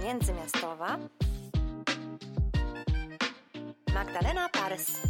Międzymiastowa Magdalena Parys.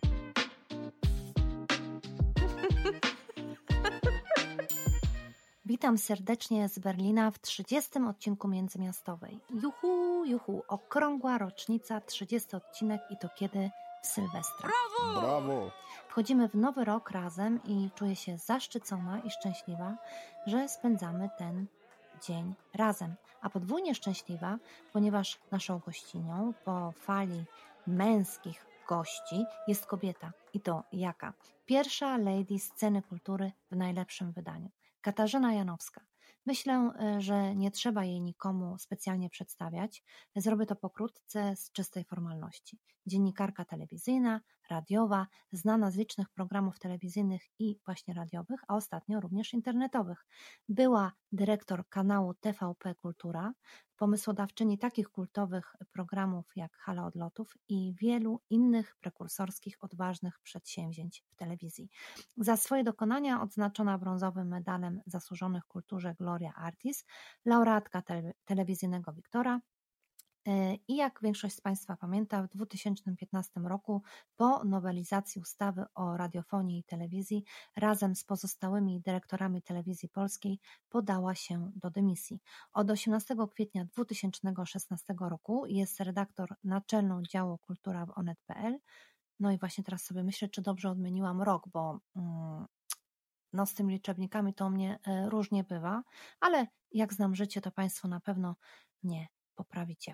Witam serdecznie z Berlina w 30. odcinku Międzymiastowej. Juhu, juhu, okrągła rocznica, 30 odcinek i to kiedy? W Sylwestra. Brawo! Brawo! Wchodzimy w nowy rok razem i czuję się zaszczycona i szczęśliwa, że spędzamy ten dzień razem. A podwójnie szczęśliwa, ponieważ naszą gościnią po fali męskich gości jest kobieta. I to jaka? Pierwsza lady sceny kultury w najlepszym wydaniu. Katarzyna Janowska. Myślę, że nie trzeba jej nikomu specjalnie przedstawiać. Zrobię to pokrótce z czystej formalności. Dziennikarka telewizyjna, radiowa, znana z licznych programów telewizyjnych i właśnie radiowych, a ostatnio również internetowych. Była dyrektor kanału TVP Kultura, pomysłodawczyni takich kultowych programów jak Hala Odlotów i wielu innych prekursorskich, odważnych przedsięwzięć w telewizji. Za swoje dokonania odznaczona brązowym medalem zasłużonych kulturze Gloria Artis, laureatka telewizyjnego Wiktora. I jak większość z Państwa pamięta, w 2015 roku po nowelizacji ustawy o radiofonii i telewizji razem z pozostałymi dyrektorami Telewizji Polskiej podała się do dymisji. Od 18 kwietnia 2016 roku jest redaktor naczelną działu Kultura w Onet.pl. No i właśnie teraz sobie myślę, czy dobrze odmieniłam rok, bo no z tymi liczebnikami to u mnie różnie bywa, ale jak znam życie, to Państwo na pewno mnie poprawicie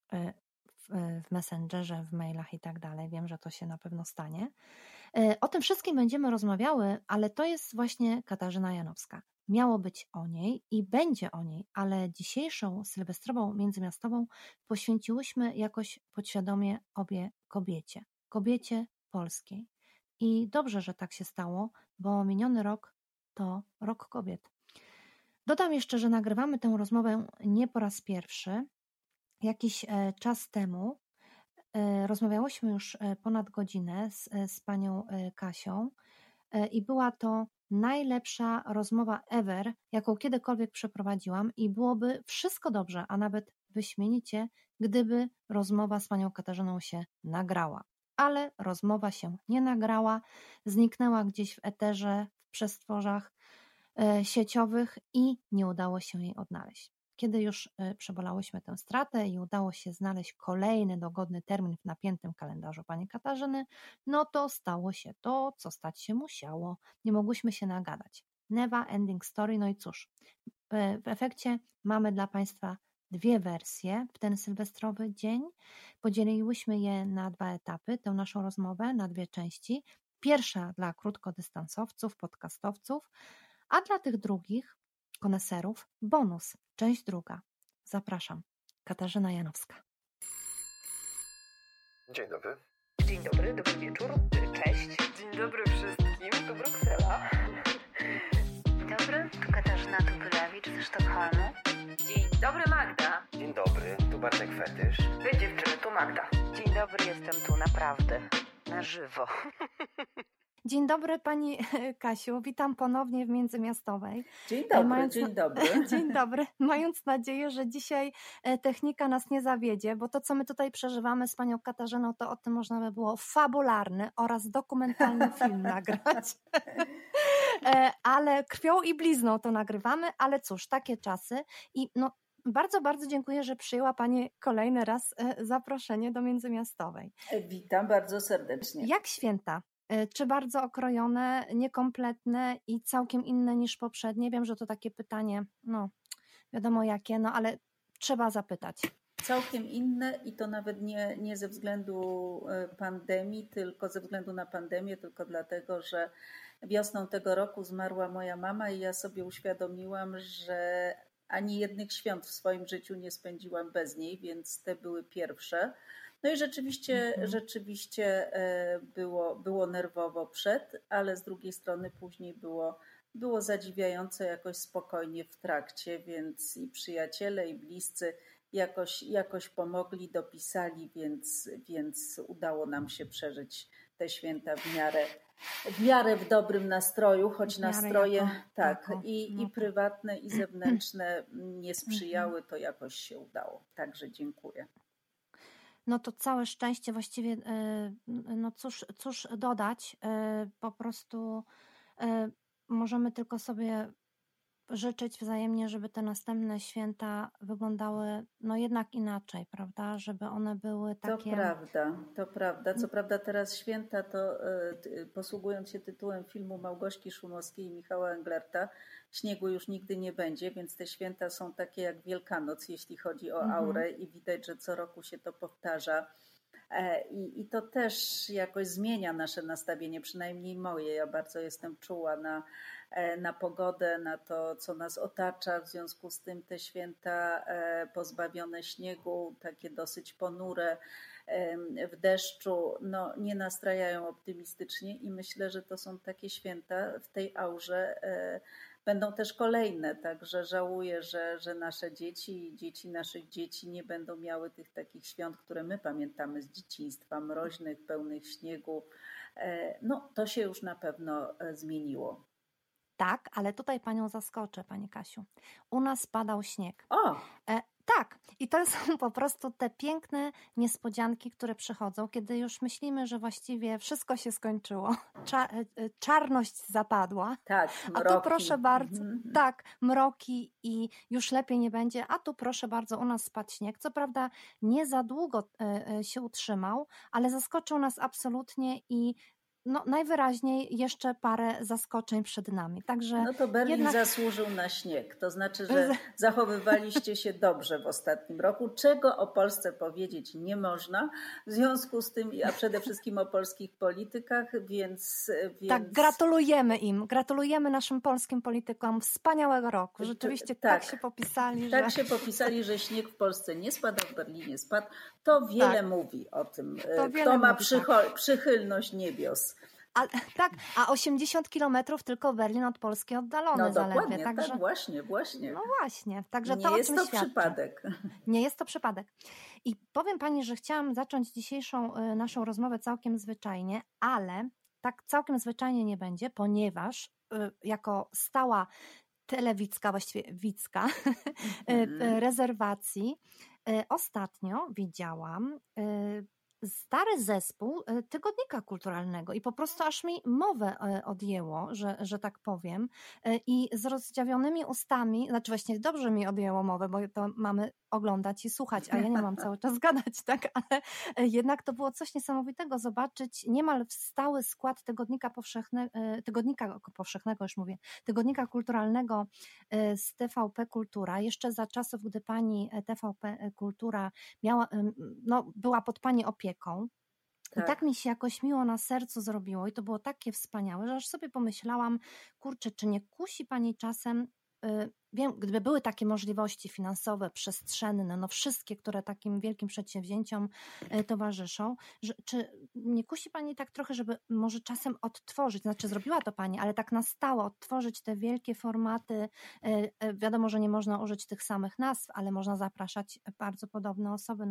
w Messengerze, w mailach i tak dalej. Wiem, że to się na pewno stanie. O tym wszystkim będziemy rozmawiały, ale to jest właśnie Katarzyna Janowska. Miało być o niej i będzie o niej, ale dzisiejszą sylwestrową międzymiastową poświęciłyśmy jakoś podświadomie obie kobiecie polskiej. I dobrze, że tak się stało, bo miniony rok to rok kobiet. Dodam jeszcze, że nagrywamy tę rozmowę nie po raz pierwszy. Jakiś czas temu rozmawiałyśmy już ponad godzinę z panią Kasią i była to najlepsza rozmowa ever, jaką kiedykolwiek przeprowadziłam i byłoby wszystko dobrze, a nawet wyśmienicie, gdyby rozmowa z panią Katarzyną się nagrała. Ale rozmowa się nie nagrała, zniknęła gdzieś w eterze, w przestworzach sieciowych i nie udało się jej odnaleźć. Kiedy już przebolałyśmy tę stratę i udało się znaleźć kolejny dogodny termin w napiętym kalendarzu pani Katarzyny, no to stało się to, co stać się musiało. Nie mogłyśmy się nagadać. Never ending story, no i cóż. W efekcie mamy dla Państwa dwie wersje w ten sylwestrowy dzień. Podzieliłyśmy je na dwa etapy, tę naszą rozmowę na dwie części. Pierwsza dla krótkodystansowców, podcastowców, a dla tych drugich koneserów bonus, część druga. Zapraszam. Katarzyna Janowska. Dzień dobry. Dzień dobry, dobry wieczór, cześć. Dzień dobry wszystkim, tu Bruksela. Dzień dobry, tu Katarzyna Tupylewicz ze Sztokholmu. Dzień dobry, Magda. Dzień dobry, tu Bartek Fetysz. Wy dziewczyny, tu Magda. Dzień dobry, jestem tu naprawdę, na żywo. Dzień dobry pani Kasiu, witam ponownie w Międzymiastowej. Dzień dobry, dzień dobry. Dzień dobry, mając nadzieję, że dzisiaj technika nas nie zawiedzie, bo to, co my tutaj przeżywamy z panią Katarzyną, to o tym można by było fabularny oraz dokumentalny film nagrać. Ale krwią i blizną to nagrywamy, ale cóż, takie czasy i no bardzo, bardzo dziękuję, że przyjęła pani kolejny raz zaproszenie do Międzymiastowej. Witam bardzo serdecznie. Jak święta? Czy bardzo okrojone, niekompletne i całkiem inne niż poprzednie? Wiem, że to takie pytanie, no wiadomo jakie, no ale trzeba zapytać. Całkiem inne i to nawet nie ze względu pandemii, tylko ze względu na pandemię, tylko dlatego, że wiosną tego roku zmarła moja mama i ja sobie uświadomiłam, że ani jednych świąt w swoim życiu nie spędziłam bez niej, więc te były pierwsze. No i rzeczywiście było nerwowo przed, ale z drugiej strony później było zadziwiająco jakoś spokojnie w trakcie, więc i przyjaciele, i bliscy jakoś pomogli, dopisali, więc udało nam się przeżyć te święta w miarę w dobrym nastroju, choć nastroje i prywatne, i zewnętrzne nie sprzyjały, to jakoś się udało. Także dziękuję. No to całe szczęście właściwie, no cóż dodać, po prostu możemy tylko sobie życzyć wzajemnie, żeby te następne święta wyglądały no jednak inaczej, prawda? Żeby one były takie... To prawda. Co prawda teraz święta to posługując się tytułem filmu Małgorzati Szumowskiej i Michała Englerta, śniegu już nigdy nie będzie, więc te święta są takie jak Wielkanoc, jeśli chodzi o aurę i widać, że co roku się to powtarza. I to też jakoś zmienia nasze nastawienie, przynajmniej moje. Ja bardzo jestem czuła na pogodę, na to, co nas otacza. W związku z tym te święta pozbawione śniegu, takie dosyć ponure, w deszczu, no, nie nastrajają optymistycznie i myślę, że to są takie święta w tej aurze. Będą też kolejne, także żałuję, że nasze dzieci i dzieci naszych dzieci nie będą miały tych takich świąt, które my pamiętamy z dzieciństwa, mroźnych, pełnych śniegu. No, to się już na pewno zmieniło. Tak, ale tutaj panią zaskoczę, pani Kasiu. U nas padał śnieg. O! Tak, i to są po prostu te piękne niespodzianki, które przychodzą, kiedy już myślimy, że właściwie wszystko się skończyło. Czarność zapadła. Tak, mroki. A tu proszę bardzo, tak, mroki i już lepiej nie będzie, a tu proszę bardzo, u nas spadł śnieg. Co prawda nie za długo się utrzymał, ale zaskoczył nas absolutnie i no, najwyraźniej jeszcze parę zaskoczeń przed nami. Także no to Berlin zasłużył na śnieg. To znaczy, że zachowywaliście się dobrze w ostatnim roku, czego o Polsce powiedzieć nie można. W związku z tym, a przede wszystkim o polskich politykach, więc... Tak, gratulujemy im. Gratulujemy naszym polskim politykom wspaniałego roku. Rzeczywiście tak się popisali. Tak się popisali, że śnieg w Polsce nie spadł, w Berlinie spadł. To wiele mówi o tym, kto ma przychylność niebios. A 80 kilometrów tylko Berlin od Polski oddalony no zaledwie. Dokładnie, także, tak, właśnie. No właśnie, także nie to jest o to czym świadczy. Przypadek. Nie jest to przypadek. I powiem pani, że chciałam zacząć dzisiejszą naszą rozmowę całkiem zwyczajnie, ale tak całkiem zwyczajnie nie będzie, ponieważ jako stała telewicka, właściwie wicka rezerwacji ostatnio widziałam stary zespół Tygodnika Kulturalnego i po prostu aż mi mowę odjęło, że tak powiem, i z rozdziawionymi ustami, znaczy właśnie dobrze mi odjęło mowę, bo to mamy oglądać i słuchać, a ja nie mam cały czas gadać, tak, ale jednak to było coś niesamowitego zobaczyć niemal stały skład Tygodnika Powszechnego, już mówię, Tygodnika Kulturalnego z TVP Kultura, jeszcze za czasów, gdy pani TVP Kultura była pod pani opieką. Tak. I tak mi się jakoś miło na sercu zrobiło i to było takie wspaniałe, że aż sobie pomyślałam, kurczę, czy nie kusi pani czasem, wiem, gdyby były takie możliwości finansowe, przestrzenne, no wszystkie, które takim wielkim przedsięwzięciom towarzyszą, czy nie kusi pani tak trochę, żeby może czasem odtworzyć, znaczy zrobiła to pani, ale tak na stałe odtworzyć te wielkie formaty, wiadomo, że nie można użyć tych samych nazw, ale można zapraszać bardzo podobne osoby,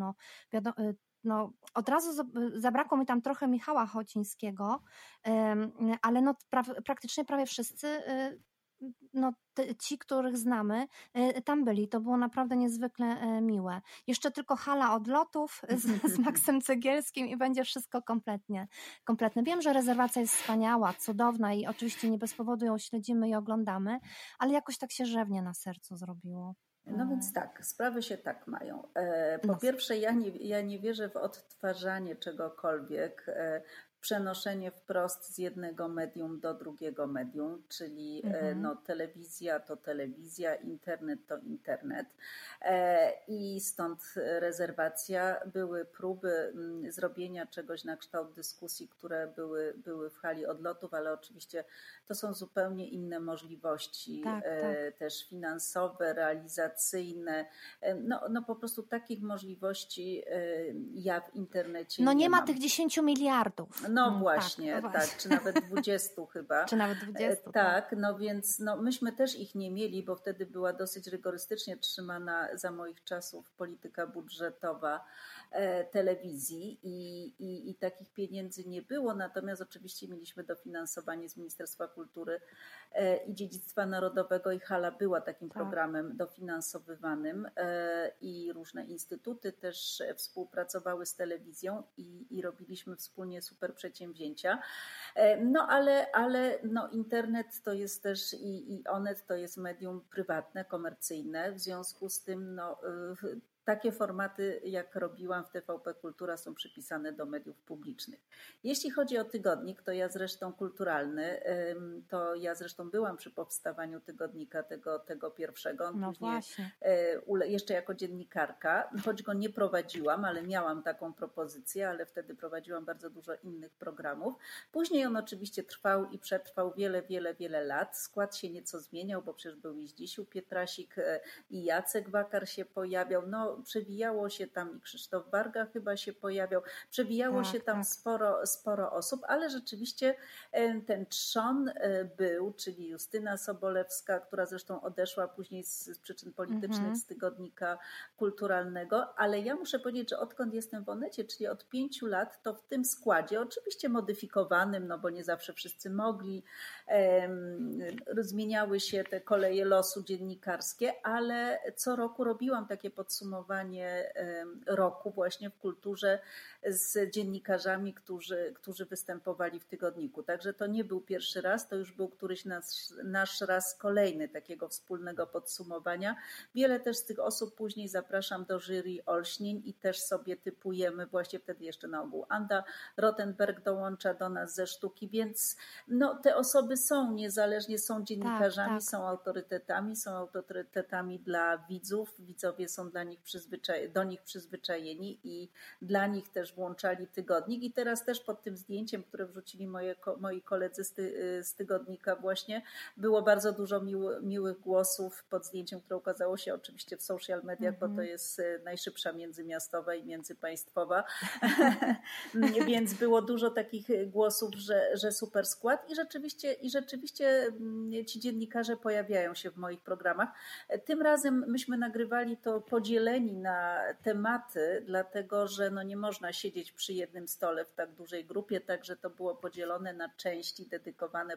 od razu zabrakło mi tam trochę Michała Chocińskiego, ale praktycznie prawie wszyscy ci, których znamy, tam byli. To było naprawdę niezwykle miłe. Jeszcze tylko hala odlotów z Maksem Cegielskim i będzie wszystko kompletne. Wiem, że rezerwacja jest wspaniała, cudowna i oczywiście nie bez powodu ją śledzimy i oglądamy, ale jakoś tak się rzewnie na sercu zrobiło. No więc tak, sprawy się tak mają. Po pierwsze, ja nie wierzę w odtwarzanie czegokolwiek, przenoszenie wprost z jednego medium do drugiego medium, czyli telewizja to telewizja, internet to internet. I stąd rezerwacja. Były próby zrobienia czegoś na kształt dyskusji, które były w hali odlotów, ale oczywiście to są zupełnie inne możliwości, też finansowe, realizacyjne. No po prostu takich możliwości ja w internecie nie nie ma mam. tych 10 miliardów. No Tak, właśnie, no tak, właśnie. czy nawet 20 chyba. Czy nawet 20, Tak, no więc myśmy też ich nie mieli, bo wtedy była dosyć rygorystycznie trzymana za moich czasów polityka budżetowa telewizji i takich pieniędzy nie było, natomiast oczywiście mieliśmy dofinansowanie z Ministerstwa Kultury i Dziedzictwa Narodowego i Hala była takim programem dofinansowywanym i różne instytuty też współpracowały z telewizją i robiliśmy wspólnie super przedsięwzięcia. No ale internet to jest też i Onet to jest medium prywatne, komercyjne, w związku z tym takie formaty, jak robiłam w TVP Kultura, są przypisane do mediów publicznych. Jeśli chodzi o tygodnik, to ja zresztą kulturalny, byłam przy powstawaniu tygodnika tego pierwszego. No później, właśnie. jeszcze jako dziennikarka, choć go nie prowadziłam, ale miałam taką propozycję, ale wtedy prowadziłam bardzo dużo innych programów. Później on oczywiście trwał i przetrwał wiele lat. Skład się nieco zmieniał, bo przecież był i Zdzisiu Pietrasik i Jacek Wakar się pojawiał. Przewijało się tam i Krzysztof Warga chyba się pojawiał. Przewijało się tam sporo osób, ale rzeczywiście ten trzon był, czyli Justyna Sobolewska, która zresztą odeszła później z przyczyn politycznych z tygodnika kulturalnego, ale ja muszę powiedzieć, że odkąd jestem w Onecie, czyli od 5 lat, to w tym składzie, oczywiście modyfikowanym, bo nie zawsze wszyscy mogli, zmieniały się te koleje losu dziennikarskie, ale co roku robiłam takie podsumowanie roku właśnie w kulturze z dziennikarzami, którzy występowali w tygodniku. Także to nie był pierwszy raz, to już był któryś nasz raz kolejny takiego wspólnego podsumowania. Wiele też z tych osób później zapraszam do jury olśnień i też sobie typujemy, właśnie wtedy jeszcze na ogół Anda Rottenberg dołącza do nas ze sztuki, więc te osoby są niezależnie, są dziennikarzami, są autorytetami dla widzów, widzowie są do nich przyzwyczajeni i dla nich też włączali tygodnik i teraz też pod tym zdjęciem, które wrzucili moi koledzy z tygodnika właśnie, było bardzo dużo miłych głosów pod zdjęciem, które ukazało się oczywiście w social mediach, bo to jest najszybsza międzymiastowa i międzypaństwowa, więc było dużo takich głosów, że super skład i rzeczywiście ci dziennikarze pojawiają się w moich programach. Tym razem myśmy nagrywali to podzieleni na tematy, dlatego że nie można siedzieć przy jednym stole w tak dużej grupie, także to było podzielone na części dedykowane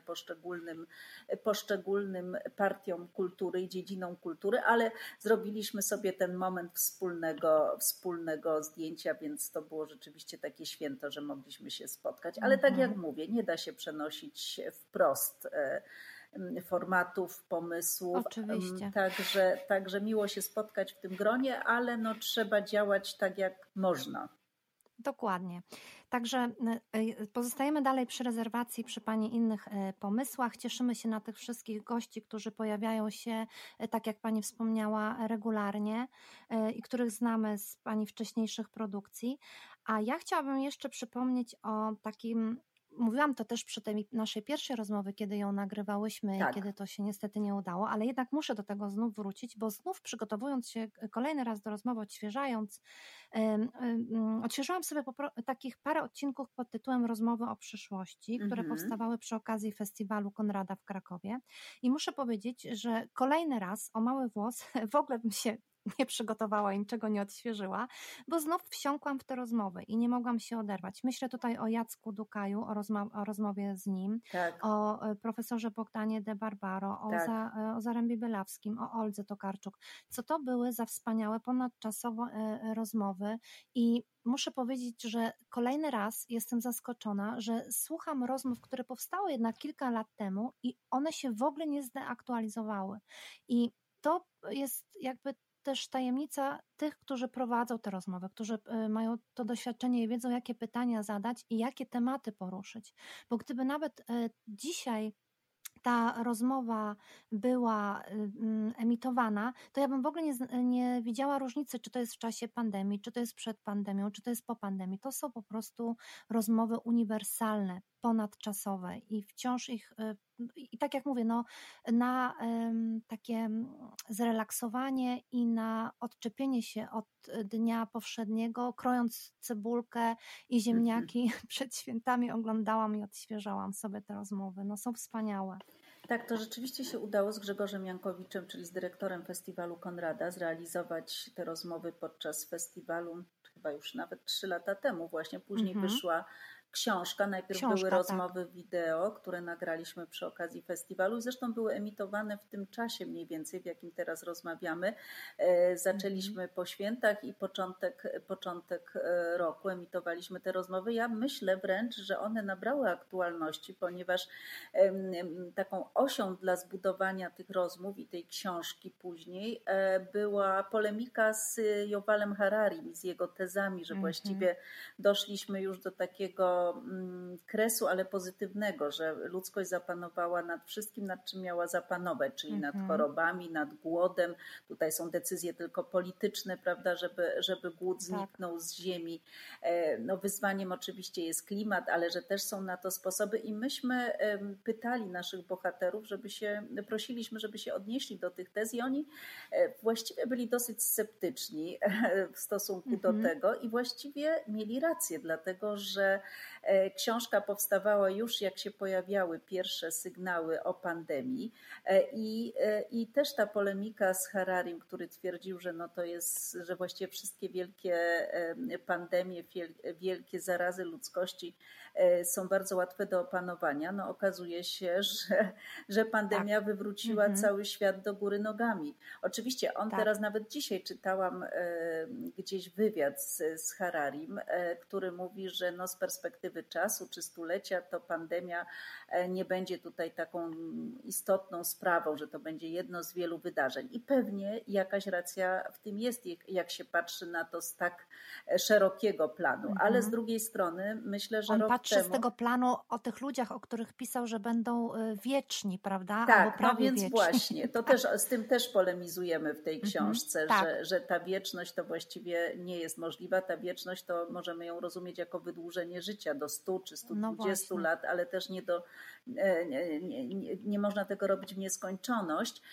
poszczególnym partiom kultury i dziedzinom kultury, ale zrobiliśmy sobie ten moment wspólnego zdjęcia, więc to było rzeczywiście takie święto, że mogliśmy się spotkać. Ale tak jak mówię, nie da się przenosić wprost formatów, pomysłów. Oczywiście. Także miło się spotkać w tym gronie, ale trzeba działać tak jak można. Dokładnie. Także pozostajemy dalej przy rezerwacji, przy Pani innych pomysłach. Cieszymy się na tych wszystkich gości, którzy pojawiają się, tak jak Pani wspomniała, regularnie i których znamy z Pani wcześniejszych produkcji. A ja chciałabym jeszcze przypomnieć o takim... Mówiłam to też przy tej naszej pierwszej rozmowie, kiedy ją nagrywałyśmy i kiedy to się niestety nie udało, ale jednak muszę do tego znów wrócić, bo znów przygotowując się kolejny raz do rozmowy, odświeżyłam sobie takich parę odcinków pod tytułem Rozmowy o przyszłości, które powstawały przy okazji festiwalu Konrada w Krakowie i muszę powiedzieć, że kolejny raz o mały włos w ogóle bym się nie przygotowała i niczego nie odświeżyła, bo znów wsiąkłam w te rozmowy i nie mogłam się oderwać. Myślę tutaj o Jacku Dukaju, o rozmowie z nim, o profesorze Bogdanie de Barbaro, o Zarębie Bielawskim, o Oldze Tokarczuk. Co to były za wspaniałe, ponadczasowe rozmowy i muszę powiedzieć, że kolejny raz jestem zaskoczona, że słucham rozmów, które powstały jednak kilka lat temu i one się w ogóle nie zdeaktualizowały. I to jest jakby też tajemnica tych, którzy prowadzą te rozmowy, którzy mają to doświadczenie i wiedzą, jakie pytania zadać i jakie tematy poruszyć. Bo gdyby nawet dzisiaj ta rozmowa była emitowana, to ja bym w ogóle nie widziała różnicy, czy to jest w czasie pandemii, czy to jest przed pandemią, czy to jest po pandemii. To są po prostu rozmowy uniwersalne. ponadczasowe i wciąż ich, i tak jak mówię, no, na takie zrelaksowanie i na odczepienie się od dnia powszedniego, krojąc cebulkę i ziemniaki przed świętami, oglądałam i odświeżałam sobie te rozmowy. No, są wspaniałe. Tak, to rzeczywiście się udało z Grzegorzem Jankowiczem, czyli z dyrektorem festiwalu Konrada, zrealizować te rozmowy podczas festiwalu, chyba już nawet 3 lata temu właśnie. Później wyszła książka. Najpierw były rozmowy wideo, które nagraliśmy przy okazji festiwalu i zresztą były emitowane w tym czasie mniej więcej, w jakim teraz rozmawiamy. Zaczęliśmy po świętach i początek roku emitowaliśmy te rozmowy. Ja myślę wręcz, że one nabrały aktualności, ponieważ taką osią dla zbudowania tych rozmów i tej książki później była polemika z Yuvalem Hararim, z jego tezami, że właściwie doszliśmy już do takiego kresu, ale pozytywnego, że ludzkość zapanowała nad wszystkim, nad czym miała zapanować, czyli nad chorobami, nad głodem. Tutaj są decyzje tylko polityczne, prawda, żeby głód zniknął z ziemi. No, wyzwaniem oczywiście jest klimat, ale że też są na to sposoby i myśmy pytali naszych bohaterów, prosiliśmy, żeby się odnieśli do tych tez i oni właściwie byli dosyć sceptyczni w stosunku do tego i właściwie mieli rację, dlatego że książka powstawała już jak się pojawiały pierwsze sygnały o pandemii i też ta polemika z Hararim, który twierdził, że no to jest, że właściwie wszystkie wielkie pandemie, wielkie zarazy ludzkości są bardzo łatwe do opanowania. No okazuje się, że pandemia wywróciła cały świat do góry nogami. Oczywiście on teraz, nawet dzisiaj czytałam gdzieś wywiad z Hararim, który mówi, że no z perspektywy czasu czy stulecia to pandemia nie będzie tutaj taką istotną sprawą, że to będzie jedno z wielu wydarzeń. I pewnie jakaś racja w tym jest, jak się patrzy na to z tak szerokiego planu. Ale z drugiej strony myślę, że patrzy z tego planu o tych ludziach, o których pisał, że będą wieczni, prawda? Tak, albo prawie no więc wieczni. właśnie, z tym też polemizujemy w tej książce, że ta wieczność to właściwie nie jest możliwa. Ta wieczność to możemy ją rozumieć jako wydłużenie życia do 100 czy 120 lat, ale też nie można tego robić w nieskończoność.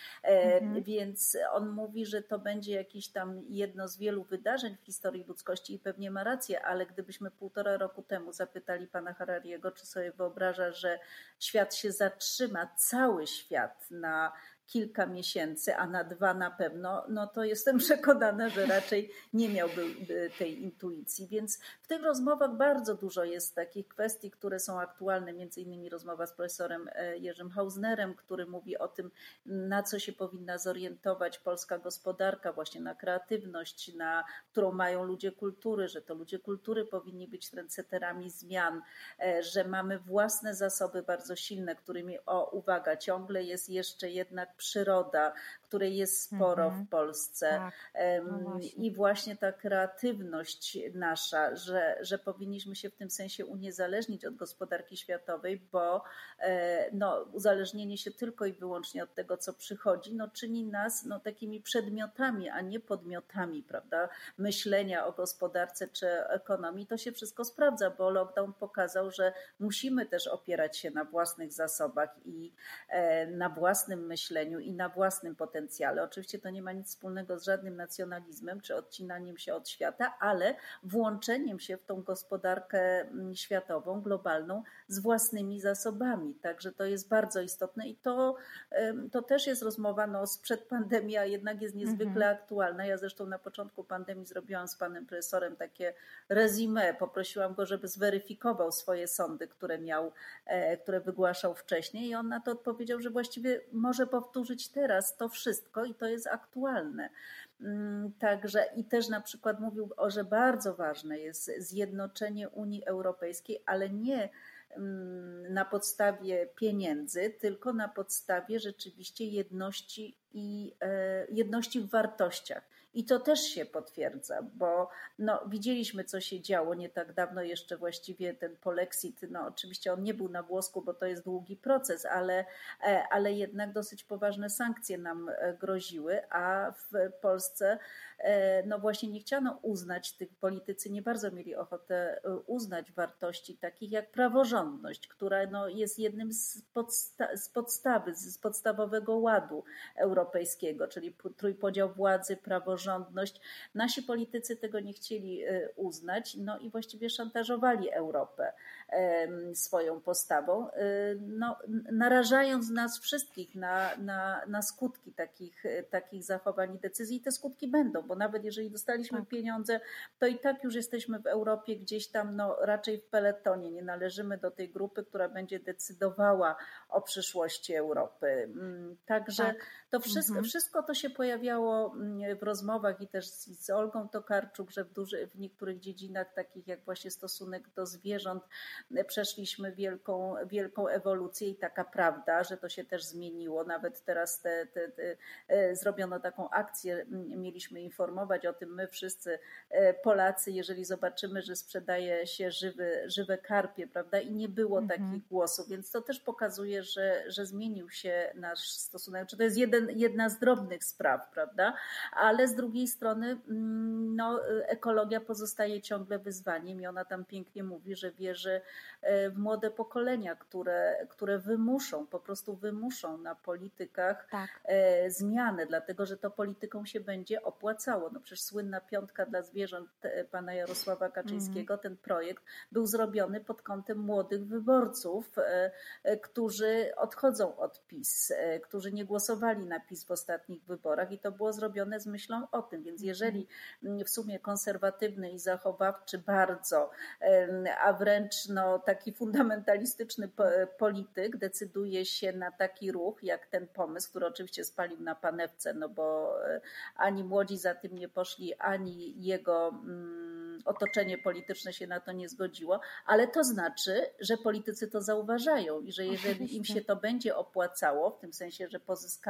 Więc on mówi, że to będzie jakieś tam jedno z wielu wydarzeń w historii ludzkości i pewnie ma rację, ale gdybyśmy 1,5 roku temu zapytali pana Harariego, czy sobie wyobraża, że świat się zatrzyma, cały świat na kilka miesięcy, a na 2 na pewno, no to jestem przekonana, że raczej nie miałby tej intuicji. Więc w tych rozmowach bardzo dużo jest takich kwestii, które są aktualne, między innymi rozmowa z profesorem Jerzym Hausnerem, który mówi o tym, na co się powinna zorientować polska gospodarka, właśnie na kreatywność, którą mają ludzie kultury, że to ludzie kultury powinni być trendsetterami zmian, że mamy własne zasoby bardzo silne, którymi, uwaga, ciągle jest jeszcze jednak przyroda, której jest sporo w Polsce. I właśnie ta kreatywność nasza, że powinniśmy się w tym sensie uniezależnić od gospodarki światowej, bo uzależnienie się tylko i wyłącznie od tego, co przychodzi, czyni nas takimi przedmiotami, a nie podmiotami, prawda, myślenia o gospodarce czy ekonomii. To się wszystko sprawdza, bo lockdown pokazał, że musimy też opierać się na własnych zasobach i na własnym myśleniu i na własnym potencjale. Oczywiście to nie ma nic wspólnego z żadnym nacjonalizmem czy odcinaniem się od świata, ale włączeniem się w tą gospodarkę światową, globalną z własnymi zasobami. Także to jest bardzo istotne i to też jest rozmowa sprzed pandemii, a jednak jest niezwykle aktualna. Ja zresztą na początku pandemii zrobiłam z panem profesorem takie resume. Poprosiłam go, żeby zweryfikował swoje sądy, które wygłaszał wcześniej i on na to odpowiedział, że właściwie może powtórzyć teraz to wszystko i to jest aktualne. Także i też na przykład mówił, że bardzo ważne jest zjednoczenie Unii Europejskiej, ale nie na podstawie pieniędzy, tylko na podstawie rzeczywiście jedności w wartościach. I to też się potwierdza, bo widzieliśmy, co się działo nie tak dawno jeszcze, właściwie ten polexit, oczywiście on nie był na włosku, bo to jest długi proces, ale jednak dosyć poważne sankcje nam groziły, a w Polsce właśnie nie chciano uznać, tych politycy nie bardzo mieli ochotę uznać wartości takich jak praworządność, która jest jednym z podstawy, z podstawowego ładu europejskiego, czyli trójpodział władzy, praworządność. Nasi politycy tego nie chcieli uznać, i właściwie szantażowali Europę swoją postawą, narażając nas wszystkich na skutki takich zachowań i decyzji. I te skutki będą, bo nawet jeżeli dostaliśmy pieniądze, to i tak już jesteśmy w Europie gdzieś tam raczej w peletonie. Nie należymy do tej grupy, która będzie decydowała o przyszłości Europy. Także to wszystko to się pojawiało w rozmowach i też z Olgą Tokarczuk, że w niektórych dziedzinach takich jak właśnie stosunek do zwierząt przeszliśmy wielką ewolucję i taka prawda, że to się też zmieniło. Nawet teraz zrobiono taką akcję, mieliśmy informować o tym my wszyscy Polacy, jeżeli zobaczymy, że sprzedaje się żywe karpie, prawda? I nie było takich głosów, więc to też pokazuje, że zmienił się nasz stosunek. Czy to jest jedna z drobnych spraw, prawda? Ale z drugiej strony ekologia pozostaje ciągle wyzwaniem i ona tam pięknie mówi, że wierzy w młode pokolenia, które po prostu wymuszą na politykach zmianę, dlatego że to politykom się będzie opłacało. Przecież słynna 5 dla zwierząt pana Jarosława Kaczyńskiego, ten projekt był zrobiony pod kątem młodych wyborców, którzy odchodzą od PiS, którzy nie głosowali na PiS w ostatnich wyborach i to było zrobione z myślą o tym. Więc jeżeli w sumie konserwatywny i zachowawczy bardzo, a wręcz taki fundamentalistyczny polityk decyduje się na taki ruch, jak ten pomysł, który oczywiście spalił na panewce, bo ani młodzi za tym nie poszli, ani jego otoczenie polityczne się na to nie zgodziło, ale to znaczy, że politycy to zauważają i że jeżeli im się to będzie opłacało, w tym sensie, że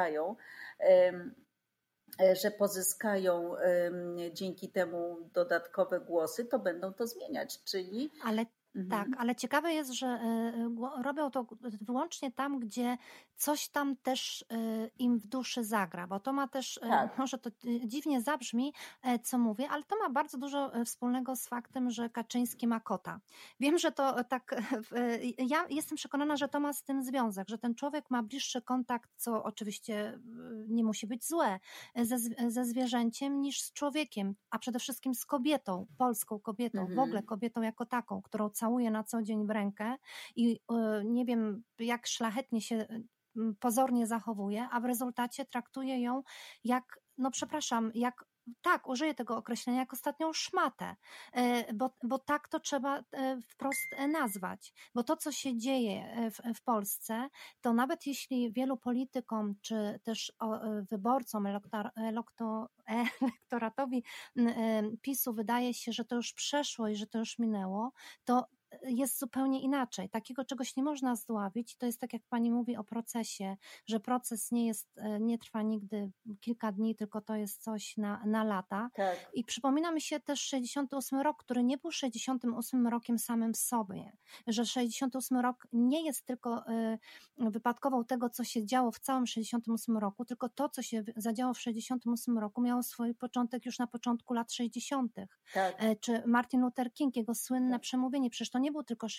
pozyskają dzięki temu dodatkowe głosy, to będą to zmieniać, czyli... Tak, ale ciekawe jest, że robią to wyłącznie tam, gdzie coś tam też im w duszy zagra, bo to ma też, może to dziwnie zabrzmi, co mówię, ale to ma bardzo dużo wspólnego z faktem, że Kaczyński ma kota. Wiem, że to tak, ja jestem przekonana, że to ma z tym związek, że ten człowiek ma bliższy kontakt, co oczywiście nie musi być złe, ze zwierzęciem niż z człowiekiem, a przede wszystkim z kobietą, polską kobietą, w ogóle kobietą jako taką, którą całuje na co dzień w rękę i nie wiem, jak szlachetnie się pozornie zachowuje, a w rezultacie traktuje ją jak, użyję tego określenia, jak ostatnią szmatę, bo tak to trzeba wprost nazwać, bo to, co się dzieje w Polsce, to nawet jeśli wielu politykom, czy też wyborcom, elektoratowi PiS-u wydaje się, że to już przeszło i że to już minęło, to jest zupełnie inaczej. Takiego czegoś nie można zdławić. To jest tak, jak pani mówi o procesie, że proces nie trwa nigdy kilka dni, tylko to jest coś na lata. Tak. I przypomina mi się też 68 rok, który nie był 68 rokiem samym w sobie, że 68 rok nie jest tylko wypadkową tego, co się działo w całym 68 roku, tylko to, co się zadziało w 68 roku, miało swój początek już na początku lat 60. Tak. Czy Martin Luther King, jego słynne przemówienie, przecież to nie był tylko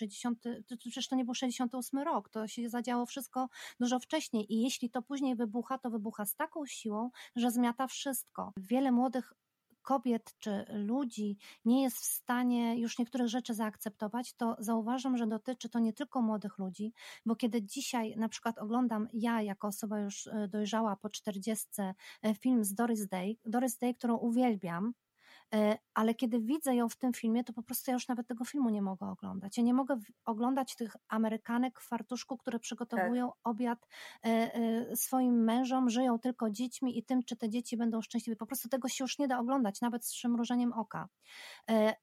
68 rok, to się zadziało wszystko dużo wcześniej i jeśli to później wybucha, to wybucha z taką siłą, że zmiata wszystko. Wiele młodych kobiet czy ludzi nie jest w stanie już niektórych rzeczy zaakceptować, to zauważam, że dotyczy to nie tylko młodych ludzi, bo kiedy dzisiaj na przykład oglądam ja jako osoba już dojrzała po 40 film z Doris Day, którą uwielbiam, ale kiedy widzę ją w tym filmie, to po prostu ja już nawet tego filmu nie mogę oglądać. Ja nie mogę oglądać tych Amerykanek w fartuszku, które przygotowują obiad swoim mężom, żyją tylko dziećmi i tym, czy te dzieci będą szczęśliwe. Po prostu tego się już nie da oglądać, nawet z przymrużeniem oka.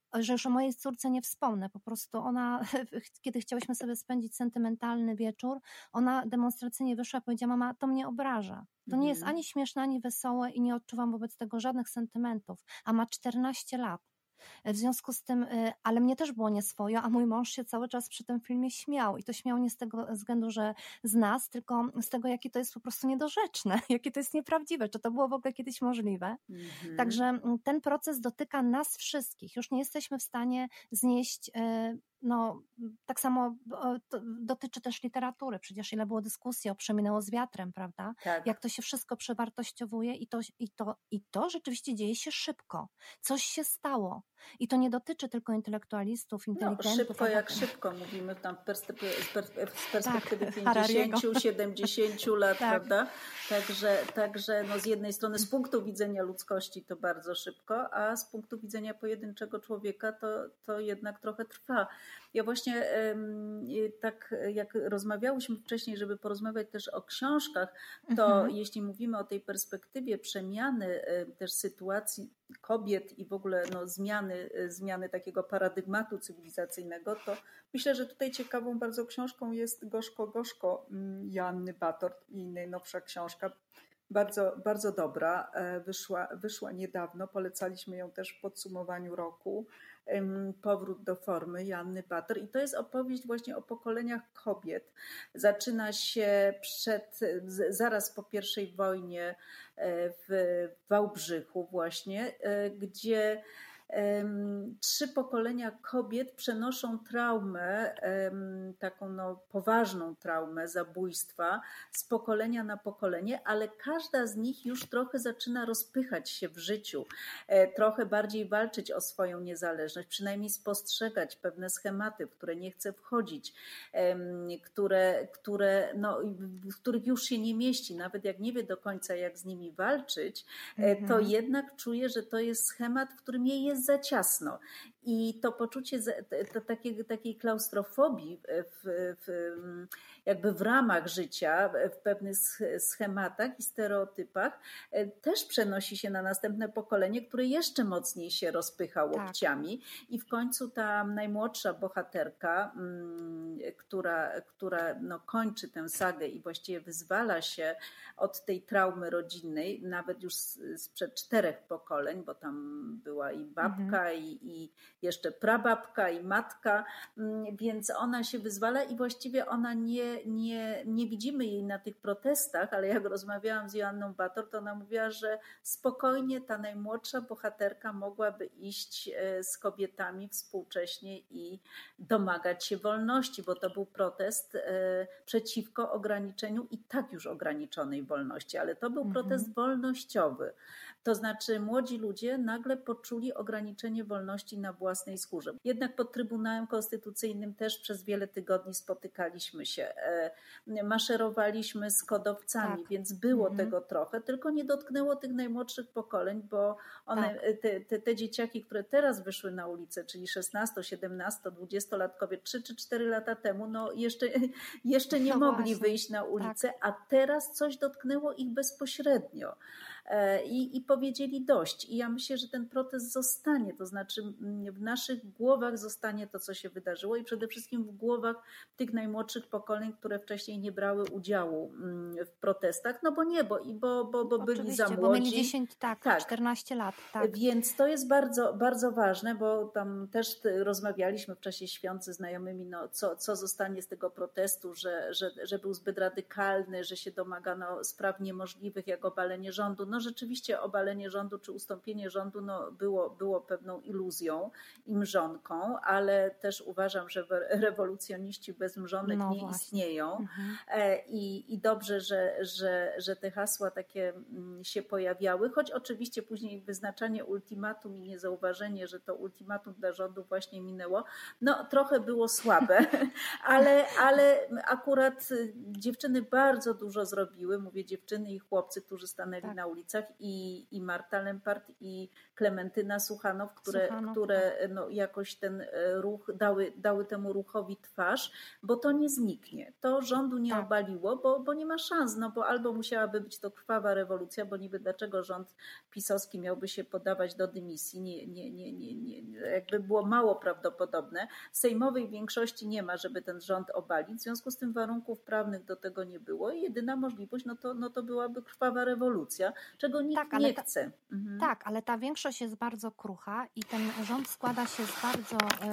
że już o mojej córce nie wspomnę. Po prostu ona, kiedy chciałyśmy sobie spędzić sentymentalny wieczór, ona demonstracyjnie wyszła i powiedziała: mama, to mnie obraża. To nie jest ani śmieszne, ani wesołe i nie odczuwam wobec tego żadnych sentymentów. A ma 14 lat. W związku z tym, ale mnie też było nieswojo, a mój mąż się cały czas przy tym filmie śmiał. I to śmiał nie z tego względu, że z nas, tylko z tego, jakie to jest po prostu niedorzeczne, jakie to jest nieprawdziwe, czy to było w ogóle kiedyś możliwe. Także ten proces dotyka nas wszystkich. Już nie jesteśmy w stanie znieść. No, tak samo to dotyczy też literatury. Przecież ile było dyskusji o Przeminęło z wiatrem, prawda? Tak. Jak to się wszystko przewartościowuje i to rzeczywiście dzieje się szybko. Coś się stało. I to nie dotyczy tylko intelektualistów, inteligentów. Szybko jak szybko, mówimy tam z perspektywy Tak, 50, 70 lat, prawda? Także no z jednej strony z punktu widzenia ludzkości to bardzo szybko, a z punktu widzenia pojedynczego człowieka to jednak trochę trwa. Ja właśnie tak jak rozmawiałyśmy wcześniej, żeby porozmawiać też o książkach, to jeśli mówimy o tej perspektywie przemiany też sytuacji kobiet i w ogóle no, zmiany takiego paradygmatu cywilizacyjnego, to myślę, że tutaj ciekawą bardzo książką jest Gorzko, gorzko Joanny Batort i najnowsza książka. Bardzo, bardzo dobra. Wyszła niedawno. Polecaliśmy ją też w podsumowaniu roku. Powrót do formy Joanny Batort. I to jest opowieść właśnie o pokoleniach kobiet. Zaczyna się zaraz po I wojnie w Wałbrzychu właśnie, gdzie 3 pokolenia kobiet przenoszą traumę, taką no, poważną traumę zabójstwa z pokolenia na pokolenie, ale każda z nich już trochę zaczyna rozpychać się w życiu, trochę bardziej walczyć o swoją niezależność, przynajmniej spostrzegać pewne schematy, w które nie chce wchodzić, w których już się nie mieści, nawet jak nie wie do końca jak z nimi walczyć, to jednak czuje, że to jest schemat, w którym jej jest za ciasno. I to poczucie takiej klaustrofobii jakby w ramach życia, w pewnych schematach i stereotypach też przenosi się na następne pokolenie, które jeszcze mocniej się rozpycha łokciami. I w końcu ta najmłodsza bohaterka, która no, kończy tę sagę i właściwie wyzwala się od tej traumy rodzinnej, nawet już sprzed 4 pokoleń, bo tam była i babka, i jeszcze prababka, i matka, więc ona się wyzwala i właściwie ona nie widzimy jej na tych protestach, ale jak rozmawiałam z Joanną Batort, to ona mówiła, że spokojnie ta najmłodsza bohaterka mogłaby iść z kobietami współcześnie i domagać się wolności, bo to był protest przeciwko ograniczeniu i tak już ograniczonej wolności, ale to był protest wolnościowy. To znaczy młodzi ludzie nagle poczuli ograniczenie wolności na własnej skórze. Jednak pod Trybunałem Konstytucyjnym też przez wiele tygodni spotykaliśmy się. Maszerowaliśmy z kodowcami, więc było tego trochę, tylko nie dotknęło tych najmłodszych pokoleń, bo one, te dzieciaki, które teraz wyszły na ulicę, czyli 16, 17, 20-latkowie, 3 czy 4 lata temu, no jeszcze nie mogli wyjść na ulicę, a teraz coś dotknęło ich bezpośrednio. I powiedzieli dość. I ja myślę, że ten protest zostanie, to znaczy w naszych głowach zostanie to, co się wydarzyło i przede wszystkim w głowach tych najmłodszych pokoleń, które wcześniej nie brały udziału w protestach, no bo byli za młodzi. Bo mieli 10, 14 lat. Tak. Więc to jest bardzo, bardzo ważne, bo tam też rozmawialiśmy w czasie świąt ze znajomymi, no co zostanie z tego protestu, że był zbyt radykalny, że się domagano spraw niemożliwych, jak obalenie rządu. No rzeczywiście obalenie rządu czy ustąpienie rządu no, było pewną iluzją i mrzonką, ale też uważam, że rewolucjoniści bez mrzonek nie istnieją. I dobrze, że te hasła takie się pojawiały, choć oczywiście później wyznaczanie ultimatum i niezauważenie, że to ultimatum dla rządu właśnie minęło, no trochę było słabe, ale akurat dziewczyny bardzo dużo zrobiły, mówię dziewczyny i chłopcy, którzy stanęli na ulicach i Marta Lempart i Klementyna Suchanow, które no, jakoś ten ruch, dały temu ruchowi twarz, bo to nie zniknie. To rządu nie obaliło, bo nie ma szans, no bo albo musiałaby być to krwawa rewolucja, bo niby dlaczego rząd pisowski miałby się podawać do dymisji, nie, jakby było mało prawdopodobne. Sejmowej większości nie ma, żeby ten rząd obalić, w związku z tym warunków prawnych do tego nie było i jedyna możliwość, no to byłaby krwawa rewolucja, czego nikt nie chce. Tak, ale ta większość jest bardzo krucha i ten rząd składa się z bardzo,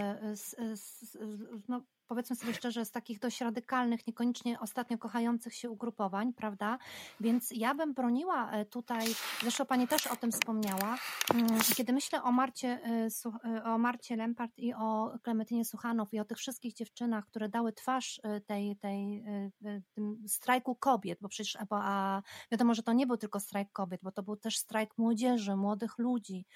no powiedzmy sobie szczerze, z takich dość radykalnych, niekoniecznie ostatnio kochających się ugrupowań, prawda? Więc ja bym broniła tutaj, zresztą pani też o tym wspomniała, kiedy myślę o Marcie Lempart i o Klementynie Suchanow i o tych wszystkich dziewczynach, które dały twarz tym strajku kobiet, bo przecież a wiadomo, że to nie był tylko strajk kobiet, bo to był też strajk młodzieży, młodych ludzi.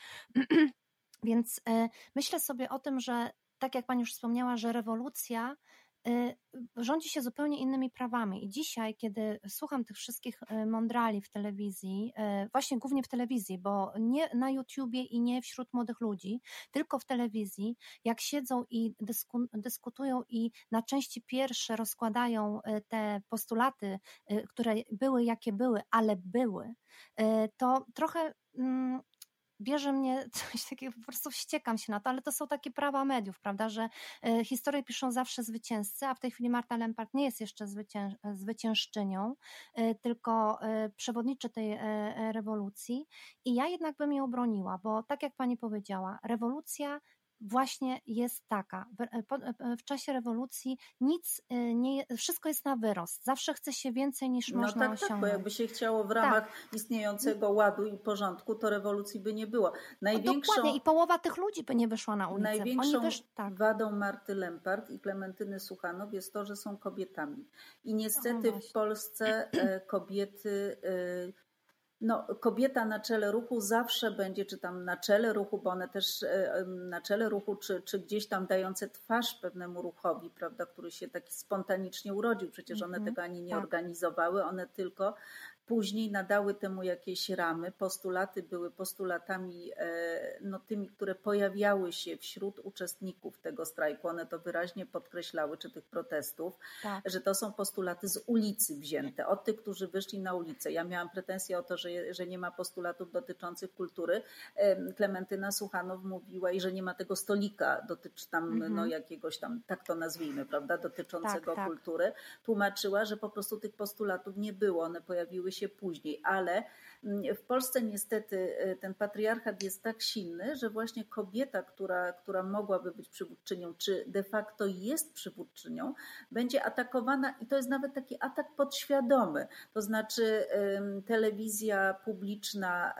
Więc myślę sobie o tym, że tak jak pani już wspomniała, że rewolucja rządzi się zupełnie innymi prawami. I dzisiaj, kiedy słucham tych wszystkich mądrali w telewizji, właśnie głównie w telewizji, bo nie na YouTubie i nie wśród młodych ludzi, tylko w telewizji, jak siedzą i dyskutują i na części pierwsze rozkładają te postulaty, które były jakie były, ale były, to trochę bierze mnie coś takiego, po prostu wściekam się na to, ale to są takie prawa mediów, prawda, że historię piszą zawsze zwycięzcy, a w tej chwili Marta Lempart nie jest jeszcze zwyciężczynią, tylko przewodniczy tej rewolucji i ja jednak bym ją broniła, bo tak jak pani powiedziała, rewolucja właśnie jest taka. W czasie rewolucji nic nie, wszystko jest na wyrost. Zawsze chce się więcej niż można osiągnąć. Tak, bo jakby się chciało w ramach istniejącego ładu i porządku, to rewolucji by nie było. Dokładnie i połowa tych ludzi by nie wyszła na ulicę. Największą wadą Marty Lempart i Klementyny Suchanow jest to, że są kobietami. I niestety w Polsce kobiety... kobieta na czele ruchu zawsze będzie, czy tam na czele ruchu, bo one też na czele ruchu, czy gdzieś tam dające twarz pewnemu ruchowi, prawda, który się taki spontanicznie urodził. Przecież one tego ani nie organizowały, one tylko później nadały temu jakieś ramy. Postulaty były postulatami tymi, które pojawiały się wśród uczestników tego strajku. One to wyraźnie podkreślały, czy tych protestów, że to są postulaty z ulicy wzięte, od tych, którzy wyszli na ulicę. Ja miałam pretensję o to, że nie ma postulatów dotyczących kultury. Klementyna Suchanow mówiła, i że nie ma tego stolika jakiegoś tam, tak to nazwijmy, prawda, dotyczącego kultury. Tłumaczyła, że po prostu tych postulatów nie było. One pojawiły się później, ale w Polsce niestety ten patriarchat jest tak silny, że właśnie kobieta, która mogłaby być przywódczynią, czy de facto jest przywódczynią, będzie atakowana i to jest nawet taki atak podświadomy. To znaczy telewizja publiczna,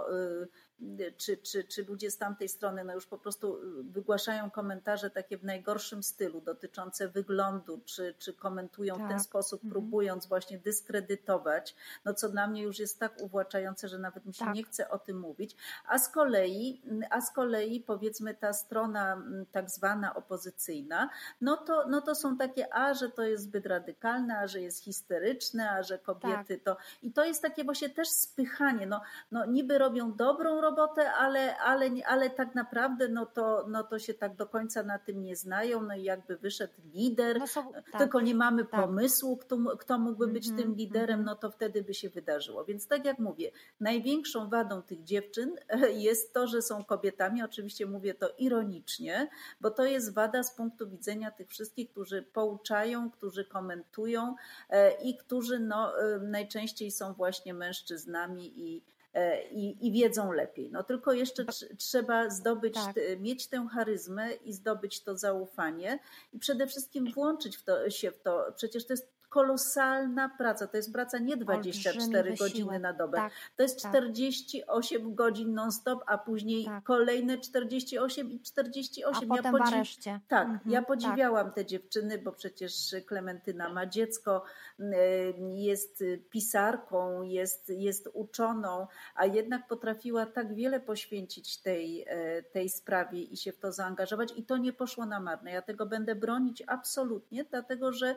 czy ludzie z tamtej strony już po prostu wygłaszają komentarze takie w najgorszym stylu dotyczące wyglądu, czy komentują w ten sposób, próbując właśnie dyskredytować, co dla mnie już jest tak uwłaczające, że nawet mi się nie chce o tym mówić. A z kolei powiedzmy ta strona tak zwana opozycyjna, to są takie, że to jest zbyt radykalne, że jest histeryczne, że kobiety to... I to jest takie właśnie też spychanie. Niby robią dobrą robotę, ale tak naprawdę to się tak do końca na tym nie znają. I jakby wyszedł lider, tylko nie mamy pomysłu, kto mógłby być tym liderem, to wtedy by się wydarzyło. Więc tak jak mówię, największą wadą tych dziewczyn jest to, że są kobietami. Oczywiście mówię to ironicznie, bo to jest wada z punktu widzenia tych wszystkich, którzy pouczają, którzy komentują i którzy najczęściej są właśnie mężczyznami i wiedzą lepiej. Tylko jeszcze trzeba mieć tę charyzmę i zdobyć to zaufanie i przede wszystkim włączyć się w to. Przecież to jest kolosalna praca. To jest praca nie 24 godziny na dobę. To jest 48 godzin non-stop, a później kolejne 48 i 48. A potem w areszcie. Ja podziwiałam te dziewczyny, bo przecież Klementyna ma dziecko, jest pisarką, jest uczoną, a jednak potrafiła tak wiele poświęcić tej sprawie i się w to zaangażować i to nie poszło na marne. Ja tego będę bronić absolutnie, dlatego że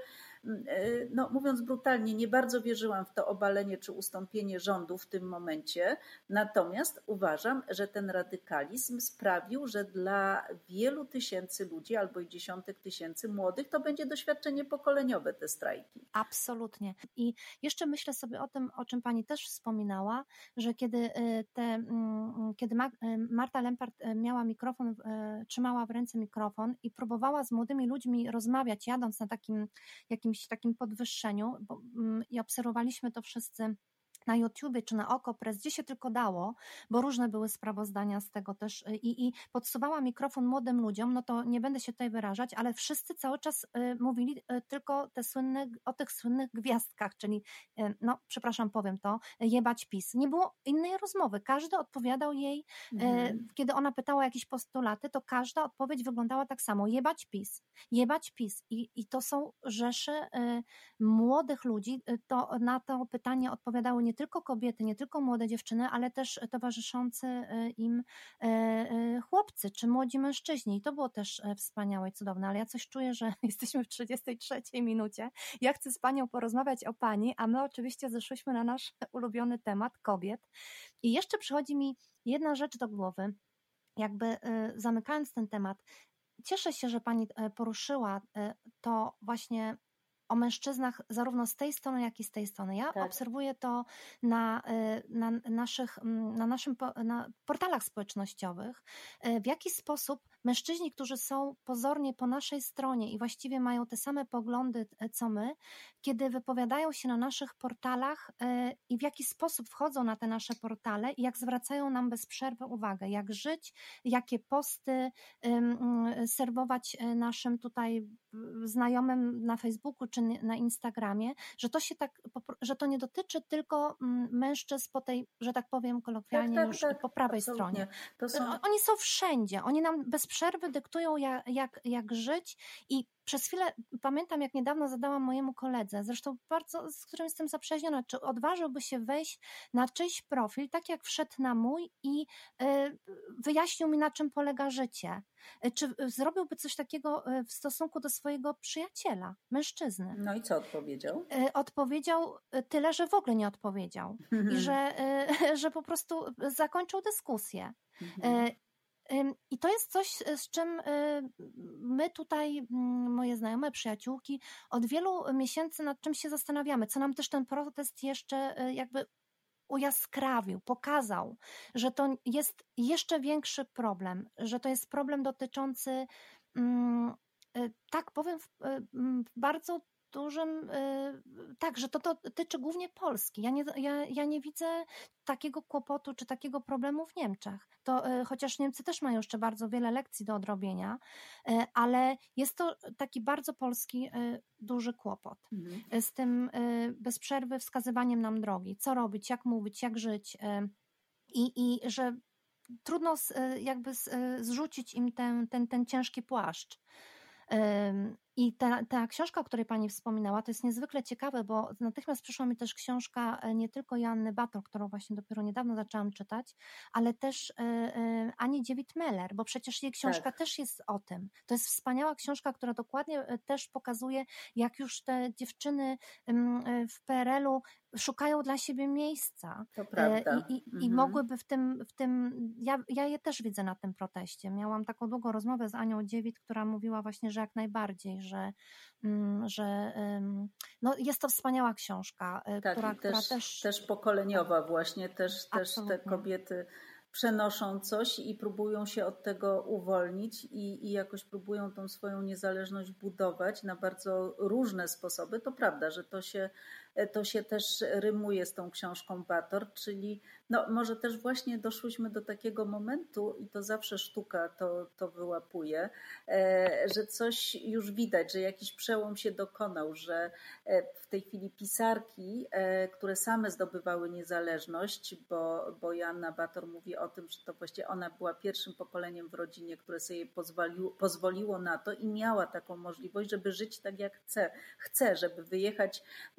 no mówiąc brutalnie, nie bardzo wierzyłam w to obalenie czy ustąpienie rządu w tym momencie. Natomiast uważam, że ten radykalizm sprawił, że dla wielu tysięcy ludzi albo i dziesiątek tysięcy młodych to będzie doświadczenie pokoleniowe, te strajki. Absolutnie. I jeszcze myślę sobie o tym, o czym pani też wspominała, że kiedy Marta Lempart miała mikrofon, trzymała w ręce mikrofon i próbowała z młodymi ludźmi rozmawiać, jadąc na jakimś takim podwyższeniu, i obserwowaliśmy to wszyscy na YouTubie czy na Okopres, gdzie się tylko dało, bo różne były sprawozdania z tego też i podsuwała mikrofon młodym ludziom, no to nie będę się tutaj wyrażać, ale wszyscy cały czas mówili tylko o tych słynnych gwiazdkach, czyli no przepraszam, powiem to, jebać PiS. Nie było innej rozmowy, każdy odpowiadał jej, kiedy ona pytała o jakieś postulaty, to każda odpowiedź wyglądała tak samo, jebać PiS, jebać PiS i to są rzesze młodych ludzi, to na to pytanie odpowiadały nie tylko kobiety, nie tylko młode dziewczyny, ale też towarzyszący im chłopcy czy młodzi mężczyźni. I to było też wspaniałe i cudowne, ale ja coś czuję, że jesteśmy w 33 minucie. Ja chcę z panią porozmawiać o pani, a my oczywiście zeszłyśmy na nasz ulubiony temat kobiet. I jeszcze przychodzi mi jedna rzecz do głowy, jakby zamykając ten temat. Cieszę się, że pani poruszyła to właśnie o mężczyznach zarówno z tej strony, jak i z tej strony. Ja obserwuję to na portalach społecznościowych, w jaki sposób mężczyźni, którzy są pozornie po naszej stronie i właściwie mają te same poglądy, co my, kiedy wypowiadają się na naszych portalach i w jaki sposób wchodzą na te nasze portale i jak zwracają nam bez przerwy uwagę, jak żyć, jakie posty serwować naszym tutaj znajomym na Facebooku czy na Instagramie, że to się że to nie dotyczy tylko mężczyzn po tej, że tak powiem kolokwialnie po prawej stronie. Oni są wszędzie, oni nam bez przerwy dyktują jak żyć i przez chwilę pamiętam, jak niedawno zadałam mojemu koledze, zresztą bardzo, z którym jestem zaprzyjaźniona, czy odważyłby się wejść na czyjś profil, tak jak wszedł na mój i wyjaśnił mi, na czym polega życie. Czy zrobiłby coś takiego w stosunku do swojego przyjaciela, mężczyzny? No i co odpowiedział? Odpowiedział tyle, że w ogóle nie odpowiedział i że po prostu zakończył dyskusję. I to jest coś, z czym my tutaj, moje znajome, przyjaciółki, od wielu miesięcy nad czym się zastanawiamy, co nam też ten protest jeszcze jakby ujaskrawił, pokazał, że to jest jeszcze większy problem, że to jest problem dotyczący, tak powiem, w bardzo dużym, tak, że to dotyczy głównie Polski. Ja nie widzę takiego kłopotu czy takiego problemu w Niemczech. To, chociaż Niemcy też mają jeszcze bardzo wiele lekcji do odrobienia, ale jest to taki bardzo polski duży kłopot. Z tym bez przerwy wskazywaniem nam drogi, co robić, jak mówić, jak żyć i że trudno jakby zrzucić im ten ciężki płaszcz. I ta książka, o której pani wspominała, to jest niezwykle ciekawe, bo natychmiast przyszła mi też książka nie tylko Joanny Bator, którą właśnie dopiero niedawno zaczęłam czytać, ale też Ani Dziewit-Meller, bo przecież jej książka też jest o tym. To jest wspaniała książka, która dokładnie też pokazuje, jak już te dziewczyny w PRL-u szukają dla siebie miejsca. To prawda. I mogłyby w tym ja je też widzę na tym proteście. Miałam taką długą rozmowę z Anią Dziewit, która mówiła właśnie, że jak najbardziej, że no jest to wspaniała książka, która też pokoleniowa właśnie, też te kobiety przenoszą coś i próbują się od tego uwolnić i jakoś próbują tą swoją niezależność budować na bardzo różne sposoby. To prawda, że to się też rymuje z tą książką Bator, czyli no może też właśnie doszłyśmy do takiego momentu i to zawsze sztuka to wyłapuje, że coś już widać, że jakiś przełom się dokonał, że w tej chwili pisarki, które same zdobywały niezależność, bo Joanna Bator mówi o tym, że to właściwie ona była pierwszym pokoleniem w rodzinie, które sobie pozwoliło na to i miała taką możliwość, żeby żyć tak jak chce, żeby wyjechać właściwie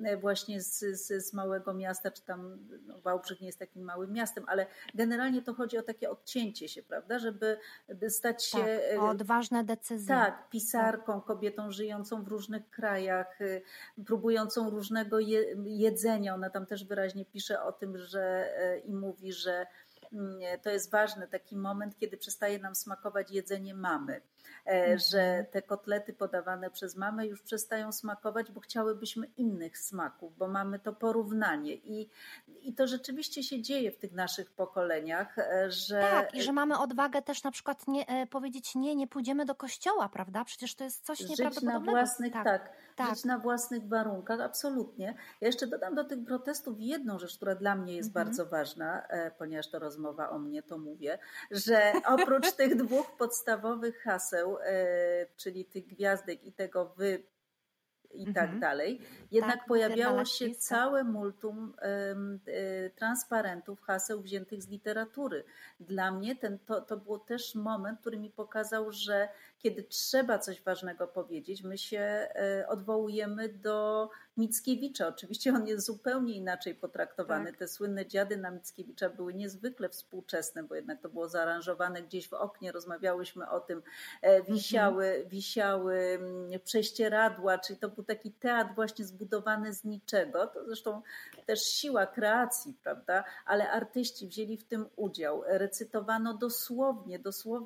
właśnie z małego miasta, czy tam Wałbrzych nie jest takim małym miastem, ale generalnie to chodzi o takie odcięcie się, prawda, żeby stać się... Tak, o odważne decyzje. Tak, pisarką, kobietą żyjącą w różnych krajach, próbującą różnego jedzenia. Ona tam też wyraźnie pisze o tym, że i mówi, że to jest ważny taki moment, kiedy przestaje nam smakować jedzenie mamy, że te kotlety podawane przez mamę już przestają smakować, bo chciałybyśmy innych smaków, bo mamy to porównanie i to rzeczywiście się dzieje w tych naszych pokoleniach, że... Tak, i że mamy odwagę też na przykład powiedzieć nie pójdziemy do kościoła, prawda? Przecież to jest coś nieprawdopodobnego. Żyć na własnych, żyć na własnych warunkach, absolutnie. Ja jeszcze dodam do tych protestów jedną rzecz, która dla mnie jest bardzo ważna, ponieważ to rozmowa o mnie, to mówię, że oprócz tych dwóch podstawowych haseł, czyli tych gwiazdek i tego i tak dalej. Jednak pojawiało się całe multum transparentów, haseł wziętych z literatury. Dla mnie to był też moment, który mi pokazał, że kiedy trzeba coś ważnego powiedzieć, my się odwołujemy do Mickiewicza. Oczywiście on jest zupełnie inaczej potraktowany. Te słynne dziady na Mickiewicza były niezwykle współczesne, bo jednak to było zaaranżowane gdzieś w oknie, rozmawiałyśmy o tym, wisiały prześcieradła, czyli to był taki teatr właśnie zbudowany z niczego. To zresztą też siła kreacji, prawda? Ale artyści wzięli w tym udział. Recytowano dosłownie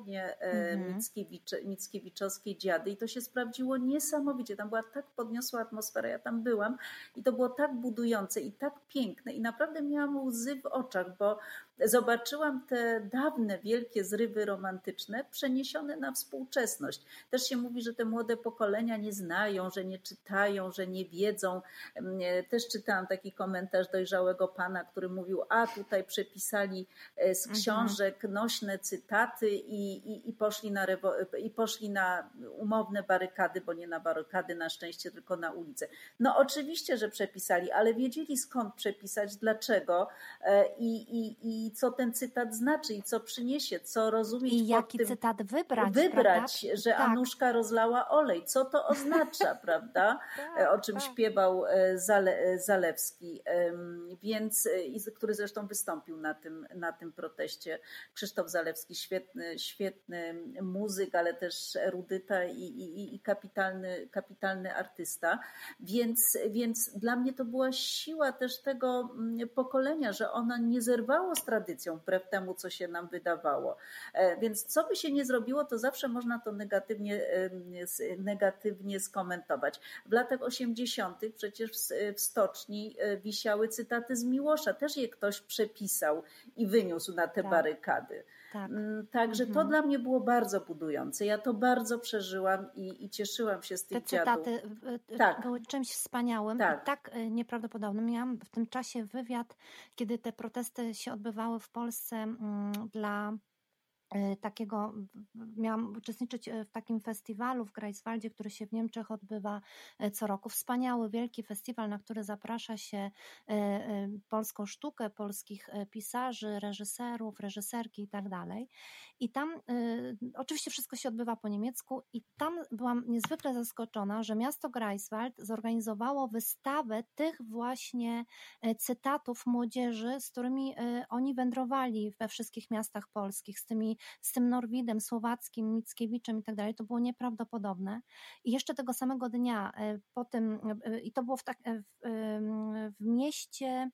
mickiewiczowskie dziady i to się sprawdziło niesamowicie. Tam była tak podniosła atmosfera, ja tam byłam i to było tak budujące i tak piękne i naprawdę miałam łzy w oczach, bo zobaczyłam te dawne, wielkie zrywy romantyczne przeniesione na współczesność. Też się mówi, że te młode pokolenia nie znają, że nie czytają, że nie wiedzą. Też czytałam taki komentarz dojrzałego pana, który mówił, tutaj przepisali z książek nośne cytaty i poszli na umowne barykady, bo nie na barykady na szczęście, tylko na ulicę. No oczywiście, że przepisali, ale wiedzieli skąd przepisać, dlaczego i co ten cytat znaczy i co przyniesie, co rozumieć. I jaki cytat wybrać, że tak. Anuszka rozlała olej. Co to oznacza, prawda? O czym śpiewał Zalewski, który zresztą wystąpił na tym proteście. Krzysztof Zalewski, świetny muzyk, ale też erudyta i kapitalny artysta. Więc dla mnie to była siła też tego pokolenia, że ona nie zerwało z tradycją, wbrew temu, co się nam wydawało. Więc co by się nie zrobiło, to zawsze można to negatywnie skomentować. W latach 80. przecież w stoczni wisiały cytaty z Miłosza. Też je ktoś przepisał i wyniósł na te barykady. Tak. Także to dla mnie było bardzo budujące. Ja to bardzo przeżyłam i cieszyłam się z tych dziadów. Te cytaty były czymś wspaniałym i tak nieprawdopodobnym. Miałam w tym czasie wywiad, kiedy te protesty się odbywały w Polsce dla takiego, miałam uczestniczyć w takim festiwalu w Greifswaldzie, który się w Niemczech odbywa co roku. Wspaniały, wielki festiwal, na który zaprasza się polską sztukę, polskich pisarzy, reżyserów, reżyserki i tak dalej. I tam oczywiście wszystko się odbywa po niemiecku i tam byłam niezwykle zaskoczona, że miasto Greifswald zorganizowało wystawę tych właśnie cytatów młodzieży, z którymi oni wędrowali we wszystkich miastach polskich, z tym Norwidem, Słowackim, Mickiewiczem i tak dalej. To było nieprawdopodobne. I jeszcze tego samego dnia po tym, i to było w mieście,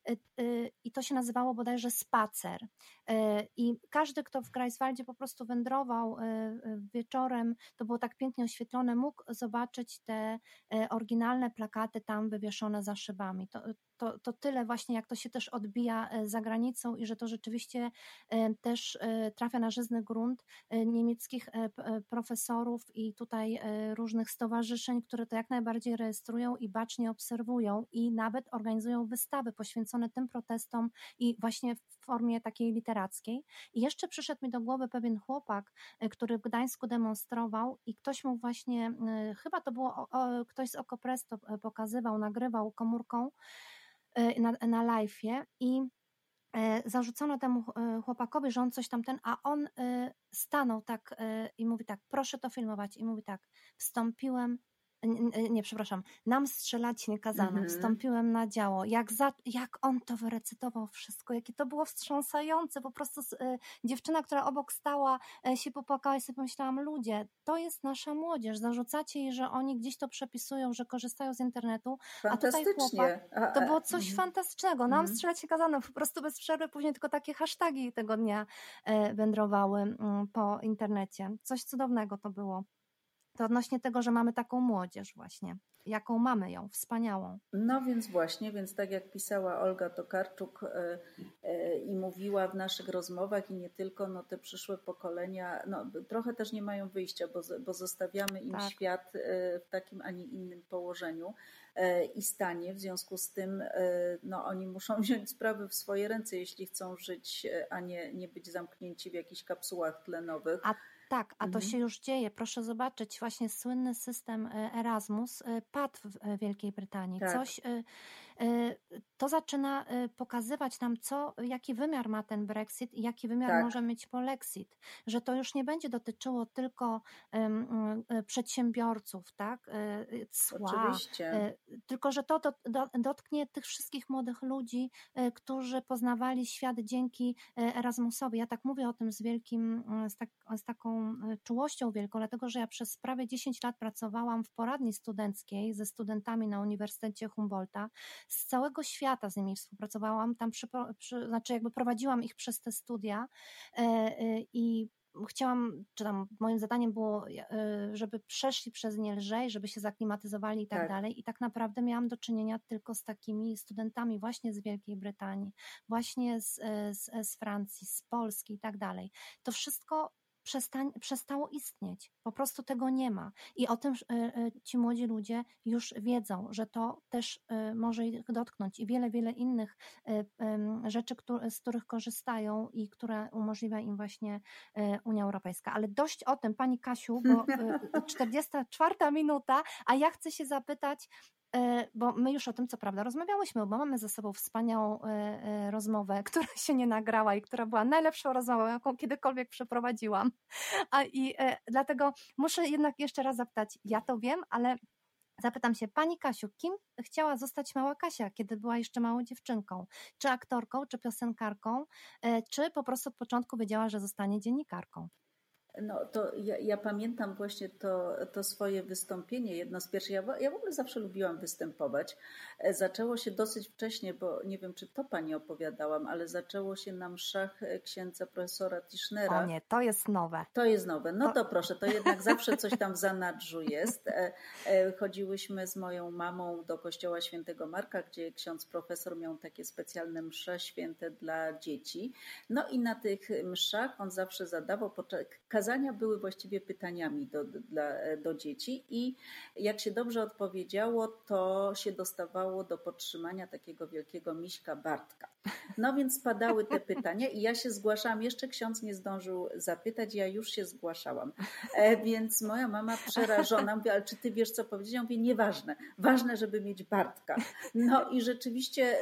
i to się nazywało bodajże Spacer. I każdy, kto w Greifswaldzie po prostu wędrował wieczorem, to było tak pięknie oświetlone, mógł zobaczyć te oryginalne plakaty tam wywieszone za szybami. To tyle właśnie, jak to się też odbija za granicą i że to rzeczywiście też trafia na żyzny grunt niemieckich profesorów i tutaj różnych stowarzyszeń, które to jak najbardziej rejestrują i bacznie obserwują i nawet organizują wystawy poświęcone tym protestom i właśnie w formie takiej literackiej. I jeszcze przyszedł mi do głowy pewien chłopak, który w Gdańsku demonstrował i ktoś mu właśnie, chyba to było ktoś z Okopresto pokazywał, nagrywał komórką na live'ie i zarzucono temu chłopakowi, że on coś tam a on stanął tak i mówi tak, proszę to filmować i mówi tak, wstąpiłem nie, przepraszam, nam strzelać nie kazano. Wstąpiłem na działo. Jak on to wyrecytował wszystko, jakie to było wstrząsające. Po prostu dziewczyna, która obok stała, się popłakała i sobie pomyślałam, ludzie, to jest nasza młodzież. Zarzucacie jej, że oni gdzieś to przepisują, że korzystają z internetu, a tutaj chłopak, to było coś fantastycznego. Nam strzelać nie kazano, po prostu bez przerwy. Później tylko takie hasztagi tego dnia wędrowały po internecie. Coś cudownego to było. To odnośnie tego, że mamy taką młodzież właśnie. Jaką mamy ją, wspaniałą. No więc właśnie, więc tak jak pisała Olga Tokarczuk i mówiła w naszych rozmowach i nie tylko, no te przyszłe pokolenia no, trochę też nie mają wyjścia, bo zostawiamy im świat w takim, a nie innym położeniu i stanie. W związku z tym no, oni muszą wziąć sprawy w swoje ręce, jeśli chcą żyć, a nie być zamknięci w jakichś kapsułach tlenowych. Tak, a to się już dzieje. Proszę zobaczyć, właśnie słynny system Erasmus padł w Wielkiej Brytanii. Tak. To zaczyna pokazywać nam, jaki wymiar ma ten Brexit i jaki wymiar może mieć polexit. Że to już nie będzie dotyczyło tylko przedsiębiorców, tak? Cła. Oczywiście. Tylko, że to dotknie tych wszystkich młodych ludzi, którzy poznawali świat dzięki Erasmusowi. Ja tak mówię o tym z taką czułością wielką, dlatego że ja przez prawie 10 lat pracowałam w poradni studenckiej ze studentami na Uniwersytecie Humboldta. Z całego świata z nimi współpracowałam, tam znaczy jakby prowadziłam ich przez te studia i chciałam, czy tam moim zadaniem było, żeby przeszli przez nie lżej, żeby się zaklimatyzowali i tak dalej. I tak naprawdę miałam do czynienia tylko z takimi studentami właśnie z Wielkiej Brytanii, właśnie z Francji, z Polski i tak dalej. To wszystko przestało istnieć. Po prostu tego nie ma. I o tym ci młodzi ludzie już wiedzą, że to też może ich dotknąć i wiele, wiele innych rzeczy, z których korzystają i które umożliwia im właśnie Unia Europejska. Ale dość o tym, Pani Kasiu, bo 44 minuta, a ja chcę się zapytać, bo my już o tym co prawda rozmawiałyśmy, bo mamy ze sobą wspaniałą rozmowę, która się nie nagrała i która była najlepszą rozmową, jaką kiedykolwiek przeprowadziłam. Dlatego muszę jednak jeszcze raz zapytać, ja to wiem, ale zapytam się, Pani Kasiu, kim chciała zostać mała Kasia, kiedy była jeszcze małą dziewczynką? Czy aktorką, czy piosenkarką, czy po prostu od początku wiedziała, że zostanie dziennikarką? No to ja pamiętam właśnie to swoje wystąpienie, jedno z pierwszych. Ja w ogóle zawsze lubiłam występować. Zaczęło się dosyć wcześnie, bo nie wiem, czy to Pani opowiadałam, ale zaczęło się na mszach księdza profesora Tischnera. O nie, to jest nowe. To jest nowe. No to proszę, to jednak zawsze coś tam w zanadrzu jest. Chodziłyśmy z moją mamą do kościoła świętego Marka, gdzie ksiądz profesor miał takie specjalne msze święte dla dzieci. No i na tych mszach on zawsze zadawał, kazania były właściwie pytaniami do dzieci i jak się dobrze odpowiedziało, to się dostawało do podtrzymania takiego wielkiego miśka Bartka. No więc padały te pytania i ja się zgłaszałam. Jeszcze ksiądz nie zdążył zapytać, ja już się zgłaszałam. Więc moja mama przerażona mówi, ale czy ty wiesz co powiedzieć? Ja mówię, nieważne. Ważne, żeby mieć Bartka. No i rzeczywiście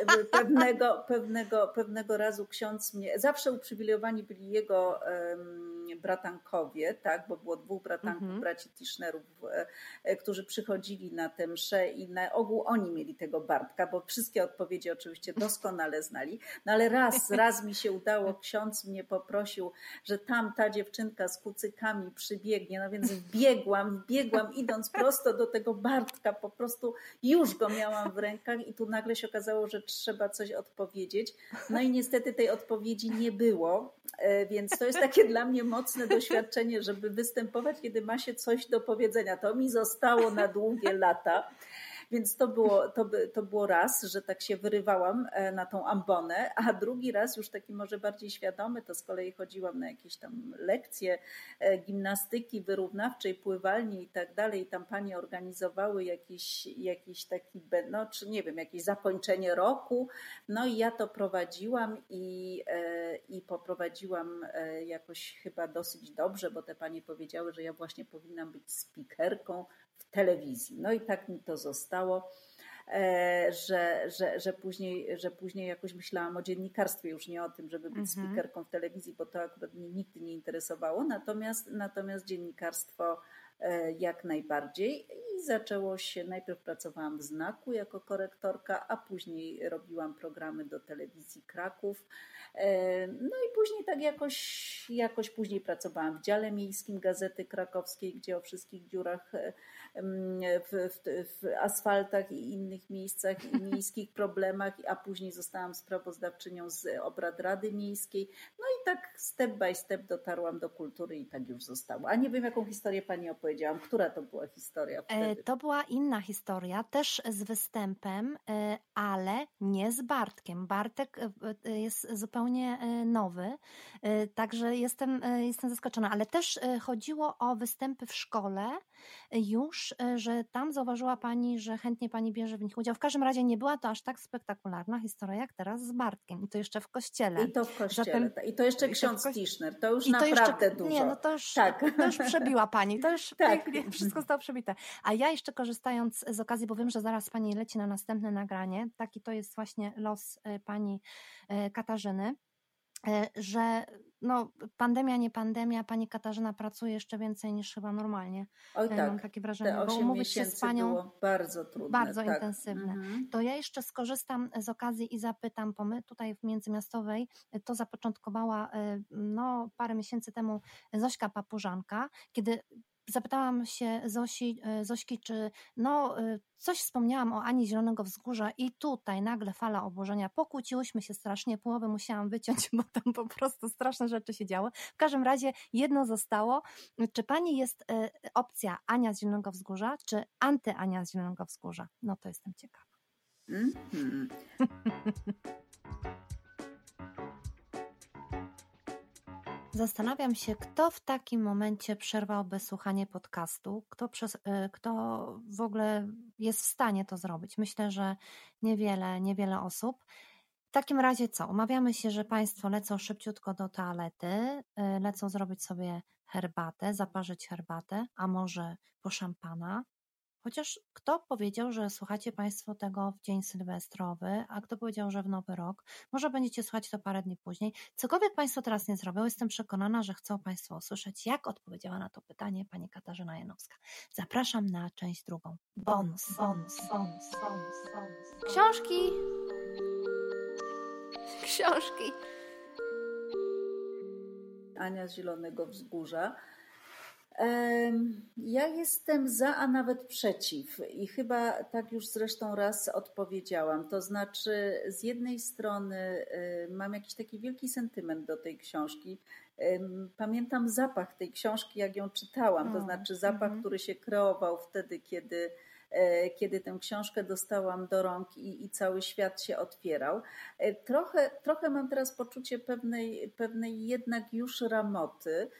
pewnego razu ksiądz mnie, zawsze uprzywilejowani byli jego bratankowie, tak, bo było 2 bratanków, braci Tischnerów, którzy przychodzili na tę mszę i na ogół oni mieli tego Bartka, bo wszystkie odpowiedzi oczywiście doskonale znali. No ale raz mi się udało, ksiądz mnie poprosił, że tam ta dziewczynka z kucykami przybiegnie, no więc wbiegłam idąc prosto do tego Bartka, po prostu już go miałam w rękach i tu nagle się okazało, że trzeba coś odpowiedzieć. No i niestety tej odpowiedzi nie było, więc to jest takie dla mnie mocne doświadczenie, żeby występować, kiedy ma się coś do powiedzenia. To mi zostało na długie lata. Więc to było raz, że tak się wyrywałam na tą ambonę, a drugi raz już taki może bardziej świadomy, to z kolei chodziłam na jakieś tam lekcje gimnastyki wyrównawczej, pływalni i tak dalej. I tam panie organizowały jakiś taki, no czy nie wiem, jakieś zakończenie roku. No i ja to prowadziłam i poprowadziłam jakoś chyba dosyć dobrze, bo te panie powiedziały, że ja właśnie powinnam być speakerką w telewizji. No i tak mi to zostało, że później jakoś myślałam o dziennikarstwie, już nie o tym, żeby być speakerką w telewizji, bo to akurat mnie nigdy nie interesowało, natomiast dziennikarstwo jak najbardziej. I i zaczęło się, najpierw pracowałam w Znaku jako korektorka, a później robiłam programy do telewizji Kraków. No i później tak jakoś później pracowałam w dziale miejskim Gazety Krakowskiej, gdzie o wszystkich dziurach w asfaltach i innych miejscach i miejskich problemach, a później zostałam sprawozdawczynią z obrad Rady Miejskiej. No i tak step by step dotarłam do kultury i tak już zostało. A nie wiem, jaką historię pani opowiedziałam. Która to była historia wtedy? To była inna historia, też z występem, ale nie z Bartkiem. Bartek jest zupełnie nowy, także jestem zaskoczona, ale też chodziło o występy w szkole już, że tam zauważyła pani, że chętnie pani bierze w nich udział. W każdym razie nie była to aż tak spektakularna historia jak teraz z Bartkiem i to jeszcze w kościele. I to w kościele. I to jeszcze ksiądz Tischner. To już I to naprawdę jeszcze, dużo. Nie, no to już, tak. to już przebiła pani, to już tak. pięknie, wszystko zostało przebite. A ja jeszcze korzystając z okazji, bo wiem, że zaraz pani leci na następne nagranie, taki to jest właśnie los pani Katarzyny, że no, pandemia, nie pandemia, pani Katarzyna pracuje jeszcze więcej niż chyba normalnie. Oj tak, mam takie wrażenie, te 8 bo umówić się z panią było bardzo trudne. Bardzo tak. intensywne. To ja jeszcze skorzystam z okazji i zapytam, bo my tutaj w Międzymiastowej to zapoczątkowała parę miesięcy temu Zośka Papużanka, kiedy zapytałam się Zośki, czy coś wspomniałam o Ani Zielonego Wzgórza i tutaj nagle fala oburzenia. Pokłóciłyśmy się strasznie, połowę musiałam wyciąć, bo tam po prostu straszne rzeczy się działy. W każdym razie jedno zostało. Czy pani jest opcja Ania z Zielonego Wzgórza, czy anty-Ania z Zielonego Wzgórza? No to jestem ciekawa. Zastanawiam się, kto w takim momencie przerwałby słuchanie podcastu, kto w ogóle jest w stanie to zrobić. Myślę, że niewiele osób. W takim razie co? Umawiamy się, że państwo lecą szybciutko do toalety, lecą zrobić sobie herbatę, zaparzyć herbatę, a może po szampana. Chociaż kto powiedział, że słuchacie państwo tego w dzień sylwestrowy, a kto powiedział, że w Nowy Rok? Może będziecie słuchać to parę dni później. Cokolwiek państwo teraz nie zrobią, jestem przekonana, że chcą państwo usłyszeć, jak odpowiedziała na to pytanie pani Katarzyna Janowska. Zapraszam na część drugą. Bonus. Książki. Ania z Zielonego Wzgórza. Ja jestem za, a nawet przeciw i chyba tak już zresztą raz odpowiedziałam. To znaczy z jednej strony mam jakiś taki wielki sentyment do tej książki. Pamiętam zapach tej książki, jak ją czytałam, to znaczy zapach, który się kreował wtedy, kiedy tę książkę dostałam do rąk i cały świat się otwierał. Trochę mam teraz poczucie pewnej jednak już ramoty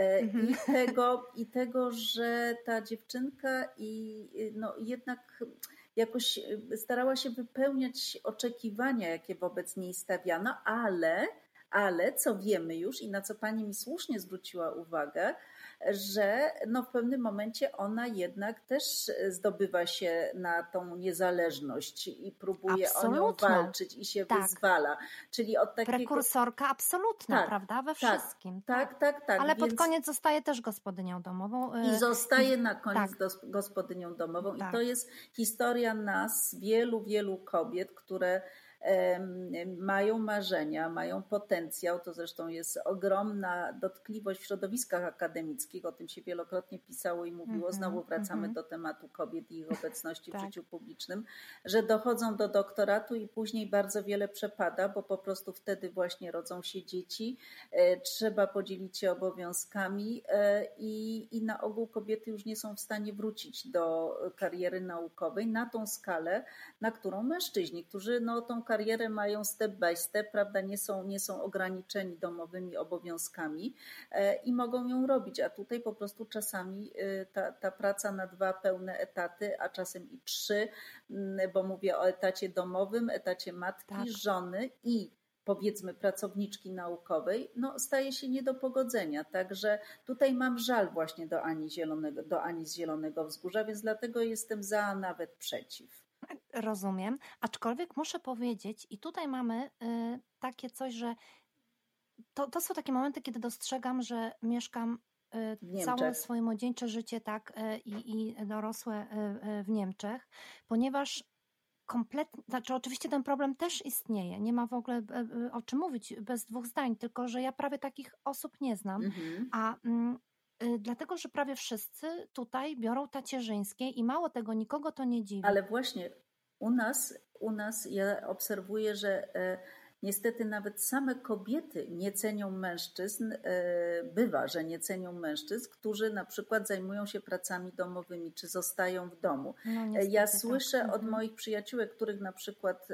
i tego, że ta dziewczynka jednak jakoś starała się wypełniać oczekiwania, jakie wobec niej stawiano, ale co wiemy już i na co pani mi słusznie zwróciła uwagę, że w pewnym momencie ona jednak też zdobywa się na tą niezależność i próbuje o nią walczyć i się wyzwala. Czyli od takiego... Prekursorka absolutna, prawda? We wszystkim. Tak. Ale pod koniec zostaje też gospodynią domową. I zostaje na koniec gospodynią domową. I to jest historia nas, wielu kobiet, które mają marzenia, mają potencjał, to zresztą jest ogromna dotkliwość w środowiskach akademickich, o tym się wielokrotnie pisało i mówiło, znowu wracamy do tematu kobiet i ich obecności w życiu publicznym, że dochodzą do doktoratu i później bardzo wiele przepada, bo po prostu wtedy właśnie rodzą się dzieci, trzeba podzielić się obowiązkami i na ogół kobiety już nie są w stanie wrócić do kariery naukowej na tą skalę, na którą mężczyźni, którzy tą karierę mają step by step, prawda, nie są ograniczeni domowymi obowiązkami i mogą ją robić, a tutaj po prostu czasami ta praca na 2 pełne etaty, a czasem i 3, bo mówię o etacie domowym, etacie matki, żony i powiedzmy pracowniczki naukowej, staje się nie do pogodzenia. Także tutaj mam żal właśnie do Ani z Zielonego Wzgórza, więc dlatego jestem za, a nawet przeciw. Rozumiem, aczkolwiek muszę powiedzieć i tutaj mamy takie coś, że to są takie momenty, kiedy dostrzegam, że mieszkam W całe Niemczech. swoje młodzieńcze życie i dorosłe w Niemczech, ponieważ kompletnie, znaczy oczywiście ten problem też istnieje, nie ma w ogóle o czym mówić bez dwóch zdań, tylko że ja prawie takich osób nie znam, a dlatego, że prawie wszyscy tutaj biorą tacierzyńskie i mało tego, nikogo to nie dziwi. Ale właśnie u nas ja obserwuję, że niestety nawet same kobiety nie cenią mężczyzn, bywa, że nie cenią mężczyzn, którzy na przykład zajmują się pracami domowymi, czy zostają w domu. No, niestety, Ja tak. słyszę od moich przyjaciółek, których na przykład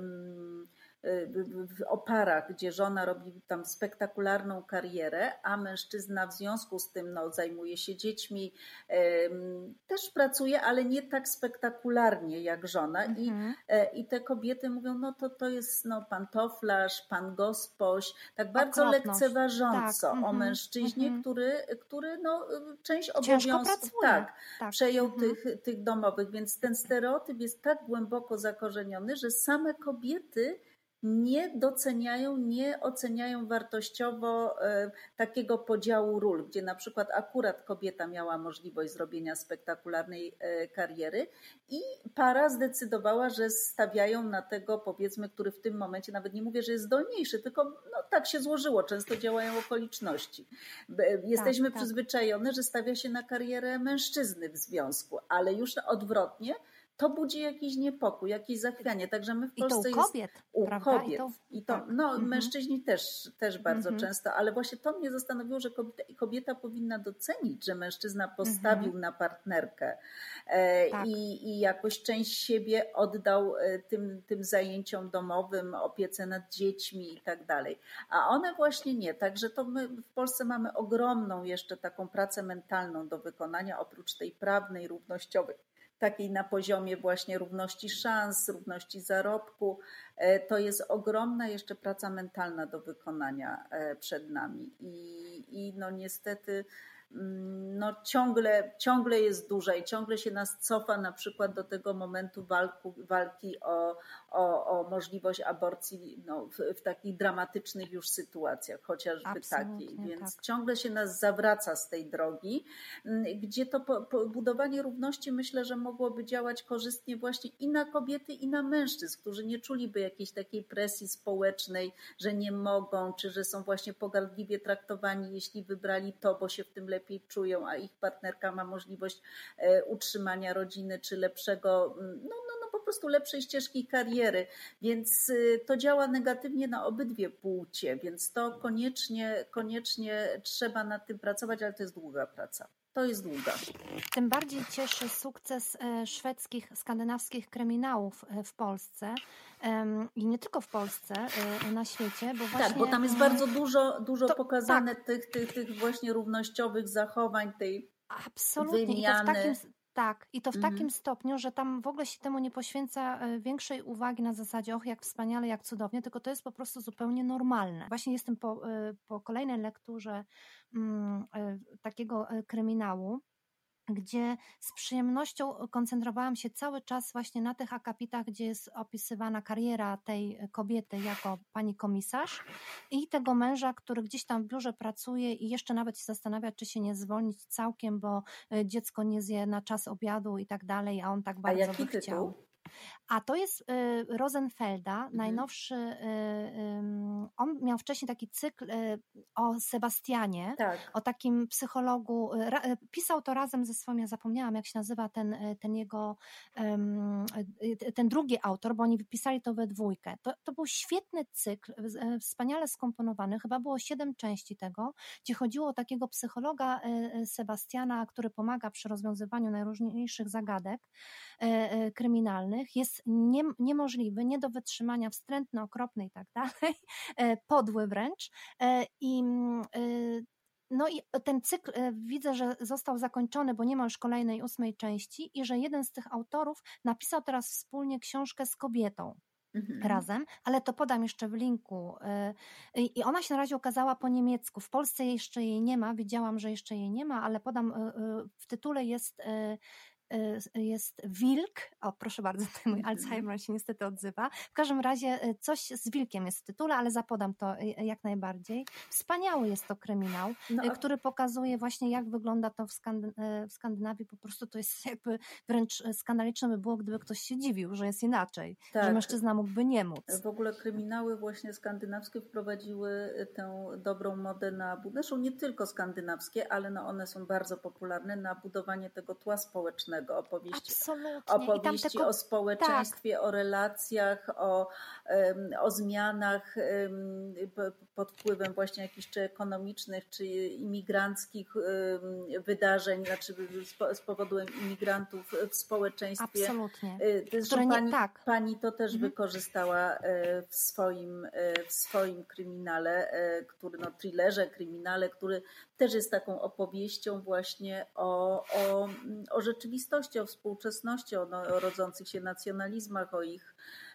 o parach, gdzie żona robi tam spektakularną karierę, a mężczyzna w związku z tym zajmuje się dziećmi, też pracuje, ale nie tak spektakularnie jak żona. I te kobiety mówią, no to jest pantoflarz, pan gospoś, tak bardzo Okropność. lekceważąco Tak, o mężczyźnie, który część ciężko obowiązków pracuje. przejął tych domowych, więc ten stereotyp jest tak głęboko zakorzeniony, że same kobiety nie doceniają, nie oceniają wartościowo takiego podziału ról, gdzie na przykład akurat kobieta miała możliwość zrobienia spektakularnej kariery i para zdecydowała, że stawiają na tego, powiedzmy, który w tym momencie, nawet nie mówię, że jest zdolniejszy, tylko tak się złożyło, często działają okoliczności. Jesteśmy przyzwyczajone, że stawia się na karierę mężczyzny w związku, ale już odwrotnie, to budzi jakiś niepokój, jakieś zachwianie. Także my w Polsce I to u kobiet, prawda? kobiet. Mężczyźni też bardzo często, ale właśnie to mnie zastanowiło, że kobieta powinna docenić, że mężczyzna postawił na partnerkę i jakoś część siebie oddał tym zajęciom domowym, opiece nad dziećmi i tak dalej. A one właśnie nie. Także to my w Polsce mamy ogromną jeszcze taką pracę mentalną do wykonania, oprócz tej prawnej, równościowej, takiej na poziomie właśnie równości szans, równości zarobku. To jest ogromna jeszcze praca mentalna do wykonania przed nami. I niestety ciągle jest duża i ciągle się nas cofa na przykład do tego momentu walki o możliwość aborcji w takich dramatycznych już sytuacjach, chociażby Absolutnie, takiej. Więc ciągle się nas zawraca z tej drogi, gdzie to budowanie równości myślę, że mogłoby działać korzystnie właśnie i na kobiety, i na mężczyzn, którzy nie czuliby jakiejś takiej presji społecznej, że nie mogą, czy że są właśnie pogardliwie traktowani, jeśli wybrali to, bo się w tym lepiej czują, a ich partnerka ma możliwość utrzymania rodziny, czy lepszego, po prostu lepszej ścieżki kariery, więc to działa negatywnie na obydwie płcie, więc to koniecznie trzeba nad tym pracować, ale to jest długa praca. To jest długa. Tym bardziej cieszy sukces szwedzkich, skandynawskich kryminałów w Polsce i nie tylko w Polsce, na świecie, bo właśnie... Tak, bo tam jest bardzo dużo pokazane tych właśnie równościowych zachowań, tej absolutnie. wymiany. I to w takim stopniu, że tam w ogóle się temu nie poświęca większej uwagi na zasadzie jak wspaniale, jak cudownie, tylko to jest po prostu zupełnie normalne. Właśnie jestem po kolejnej lekturze takiego kryminału, gdzie z przyjemnością koncentrowałam się cały czas właśnie na tych akapitach, gdzie jest opisywana kariera tej kobiety jako pani komisarz i tego męża, który gdzieś tam w biurze pracuje i jeszcze nawet się zastanawia, czy się nie zwolnić całkiem, bo dziecko nie zje na czas obiadu i tak dalej, a on tak bardzo by chciał. A to jest Rosenfelda, najnowszy, on miał wcześniej taki cykl o Sebastianie, o takim psychologu, pisał to razem ze swoim, ja zapomniałam jak się nazywa ten jego, ten drugi autor, bo oni wypisali to we dwójkę. To był świetny cykl, wspaniale skomponowany, chyba było 7 części tego, gdzie chodziło o takiego psychologa Sebastiana, który pomaga przy rozwiązywaniu najróżniejszych zagadek kryminalnych. Jest niemożliwy, nie do wytrzymania, wstrętny, okropny i tak dalej, podły wręcz. I ten cykl widzę, że został zakończony, bo nie ma już kolejnej 8 części i że jeden z tych autorów napisał teraz wspólnie książkę z kobietą. Razem, ale to podam jeszcze w linku. I ona się na razie ukazała po niemiecku. W Polsce jeszcze jej nie ma, widziałam, że jeszcze jej nie ma, ale podam, w tytule jest jest wilk, o proszę bardzo, tutaj mój Alzheimer się niestety odzywa, w każdym razie coś z wilkiem jest w tytule, ale zapodam to jak najbardziej. Wspaniały jest to kryminał, który pokazuje właśnie jak wygląda to w Skandynawii, po prostu to jest jakby wręcz skandaliczne by było, gdyby ktoś się dziwił, że jest inaczej, że mężczyzna mógłby nie móc. W ogóle kryminały właśnie skandynawskie wprowadziły tę dobrą modę na, zresztą nie tylko skandynawskie, ale one są bardzo popularne na budowanie tego tła społecznego, opowieści o społeczeństwie, o relacjach, o zmianach pod wpływem właśnie jakichś czy ekonomicznych, czy imigranckich wydarzeń, znaczy z powodu imigrantów w społeczeństwie. Absolutnie. Zresztą pani to też wykorzystała w swoim kryminale, thrillerze, kryminale, który też jest taką opowieścią właśnie o rzeczywistości, o współczesności, o rodzących się nacjonalizmach, o ich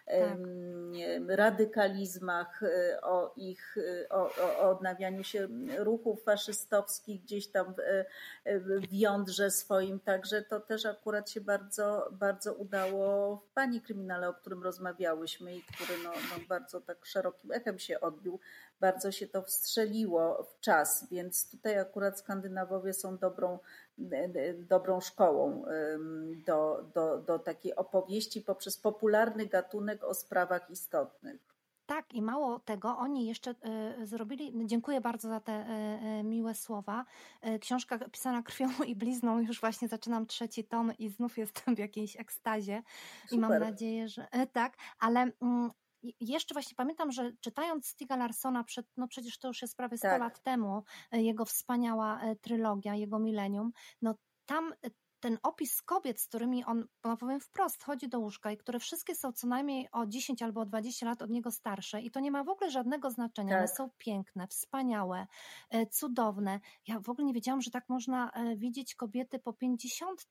radykalizmach, o odnawianiu się ruchów faszystowskich gdzieś tam w jądrze swoim. Także to też akurat się bardzo, bardzo udało w pani kryminale, o którym rozmawiałyśmy i który bardzo tak szerokim echem się odbił. Bardzo się to wstrzeliło w czas, więc tutaj akurat Skandynawowie są dobrą szkołą do takiej opowieści poprzez popularny gatunek o sprawach istotnych. Tak, i mało tego, oni jeszcze zrobili, dziękuję bardzo za te miłe słowa, książka pisana krwią i blizną, już właśnie zaczynam 3. tom i znów jestem w jakiejś ekstazie. Super. I mam nadzieję, że tak, ale jeszcze właśnie pamiętam, że czytając Stiga Larssona przecież to już jest prawie 100 lat temu, jego wspaniała trylogia, jego Millennium, tam ten opis kobiet, z którymi on, powiem wprost, chodzi do łóżka i które wszystkie są co najmniej o 10 albo o 20 lat od niego starsze i to nie ma w ogóle żadnego znaczenia. One są piękne, wspaniałe, cudowne. Ja w ogóle nie wiedziałam, że tak można widzieć kobiety po 50.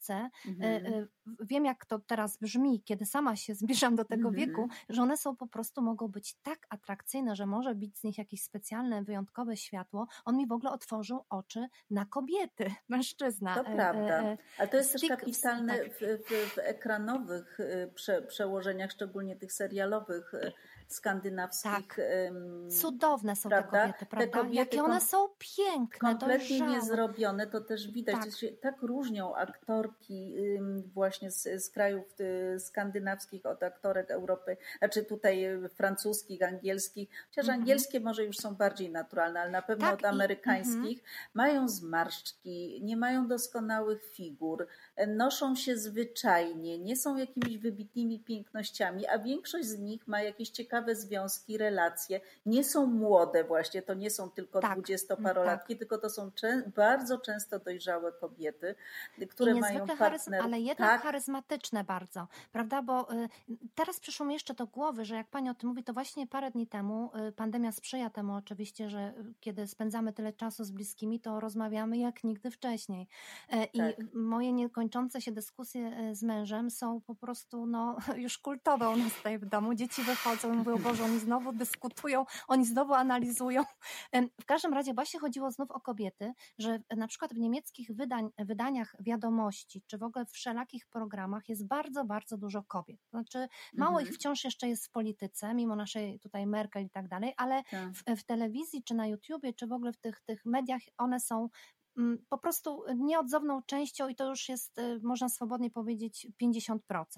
Wiem, jak to teraz brzmi, kiedy sama się zbliżam do tego wieku, że one są po prostu, mogą być tak atrakcyjne, że może być z nich jakieś specjalne, wyjątkowe światło. On mi w ogóle otworzył oczy na kobiety, mężczyzna. To prawda. Ale to jest też kapitalne w ekranowych przełożeniach, szczególnie tych serialowych skandynawskich. Tak. Cudowne są te kobiety, prawda? Te kobiety, jakie one są piękne, kompletnie niezrobione, to też widać. Tak. Się tak różnią aktorki właśnie z krajów skandynawskich od aktorek Europy, znaczy tutaj francuskich, angielskich, chociaż angielskie może już są bardziej naturalne, ale na pewno od amerykańskich. Mają zmarszczki, nie mają doskonałych figur, noszą się zwyczajnie, nie są jakimiś wybitnymi pięknościami, a większość z nich ma jakieś ciekawe związki, relacje. Nie są młode właśnie, to nie są tylko 20-parolatki, tylko to są bardzo często dojrzałe kobiety, które mają partnerów. Ale jednak charyzmatyczne bardzo, prawda? Bo teraz przyszło mi jeszcze do głowy, że jak pani o tym mówi, to właśnie parę dni temu, pandemia sprzyja temu oczywiście, że kiedy spędzamy tyle czasu z bliskimi, to rozmawiamy jak nigdy wcześniej. I moje niekończące się dyskusje z mężem są po prostu już kultowe u nas tutaj w domu. Dzieci wychodzą i mówią, Boże, oni znowu dyskutują, oni znowu analizują. W każdym razie właśnie chodziło znów o kobiety, że na przykład w niemieckich wydaniach wiadomości, czy w ogóle w wszelakich programach jest bardzo, bardzo dużo kobiet. Znaczy mało ich wciąż jeszcze jest w polityce, mimo naszej tutaj Merkel i tak dalej, ale w telewizji, czy na YouTubie, czy w ogóle w tych mediach one są po prostu nieodzowną częścią i to już jest, można swobodnie powiedzieć, 50%.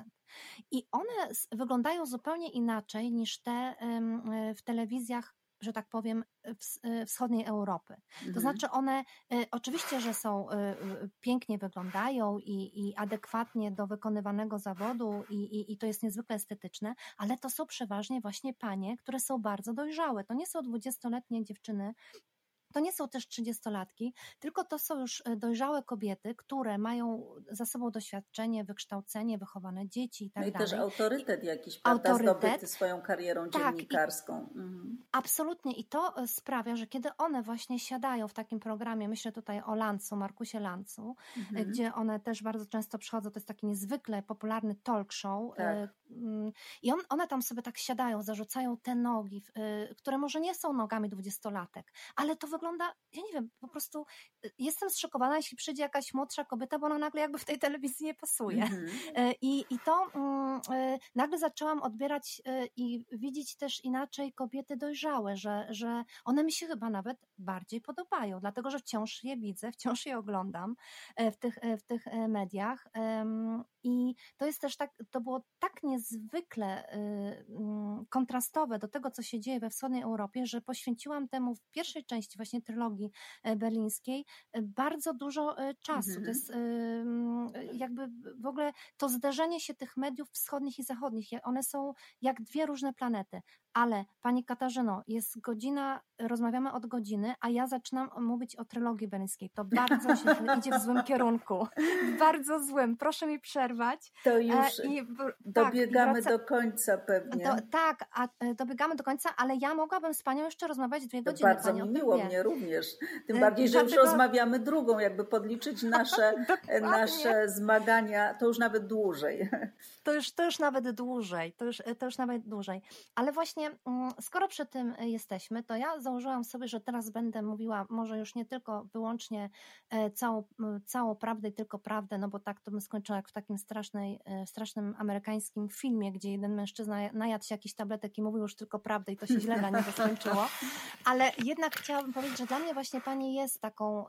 I one wyglądają zupełnie inaczej niż te w telewizjach, że tak powiem, wschodniej Europy. To znaczy one oczywiście, że są pięknie wyglądają i adekwatnie do wykonywanego zawodu i to jest niezwykle estetyczne, ale to są przeważnie właśnie panie, które są bardzo dojrzałe. To nie są 20-letnie dziewczyny, to nie są też 30-latki, tylko to są już dojrzałe kobiety, które mają za sobą doświadczenie, wykształcenie, wychowane dzieci i tak dalej. I też autorytet jakiś, prawda, zdobyty swoją karierą dziennikarską. Absolutnie. I to sprawia, że kiedy one właśnie siadają w takim programie, myślę tutaj o Lancu, Markusie Lancu, gdzie one też bardzo często przychodzą, to jest taki niezwykle popularny talk show, i one tam sobie tak siadają, zarzucają te nogi, które może nie są nogami 20-latek, ale to wygląda ogląda, ja nie wiem, po prostu jestem zszokowana, jeśli przyjdzie jakaś młodsza kobieta, bo ona nagle jakby w tej telewizji nie pasuje. I to nagle zaczęłam odbierać i widzieć też inaczej kobiety dojrzałe, że one mi się chyba nawet bardziej podobają, dlatego że wciąż je widzę, wciąż je oglądam w tych mediach. I to jest też tak, to było tak niezwykle kontrastowe do tego, co się dzieje we wschodniej Europie, że poświęciłam temu w pierwszej części właśnie trylogii berlińskiej bardzo dużo czasu. To jest jakby w ogóle to zderzenie się tych mediów wschodnich i zachodnich. One są jak dwie różne planety. Ale Pani Katarzyno, jest godzina, rozmawiamy od godziny, a ja zaczynam mówić o trylogii berlińskiej. To bardzo się idzie w złym kierunku. Bardzo złym. Proszę mi przerwać. To już dobiegamy do końca pewnie. Dobiegamy do końca, ale ja mogłabym z Panią jeszcze rozmawiać 2 godziny. To bardzo mi miło, mnie również. Tym bardziej, że już rozmawiamy drugą, jakby podliczyć nasze zmagania, to już nawet dłużej. To już nawet dłużej. To już nawet dłużej. Ale właśnie skoro przy tym jesteśmy, to ja założyłam sobie, że teraz będę mówiła może już nie tylko wyłącznie całą prawdę i tylko prawdę, no bo tak to bym skończyła jak w takim strasznym amerykańskim filmie, gdzie jeden mężczyzna najadł się jakichś tabletek i mówił już tylko prawdę i to się źle na niego skończyło. Ale jednak chciałabym powiedzieć, że dla mnie właśnie Pani jest taką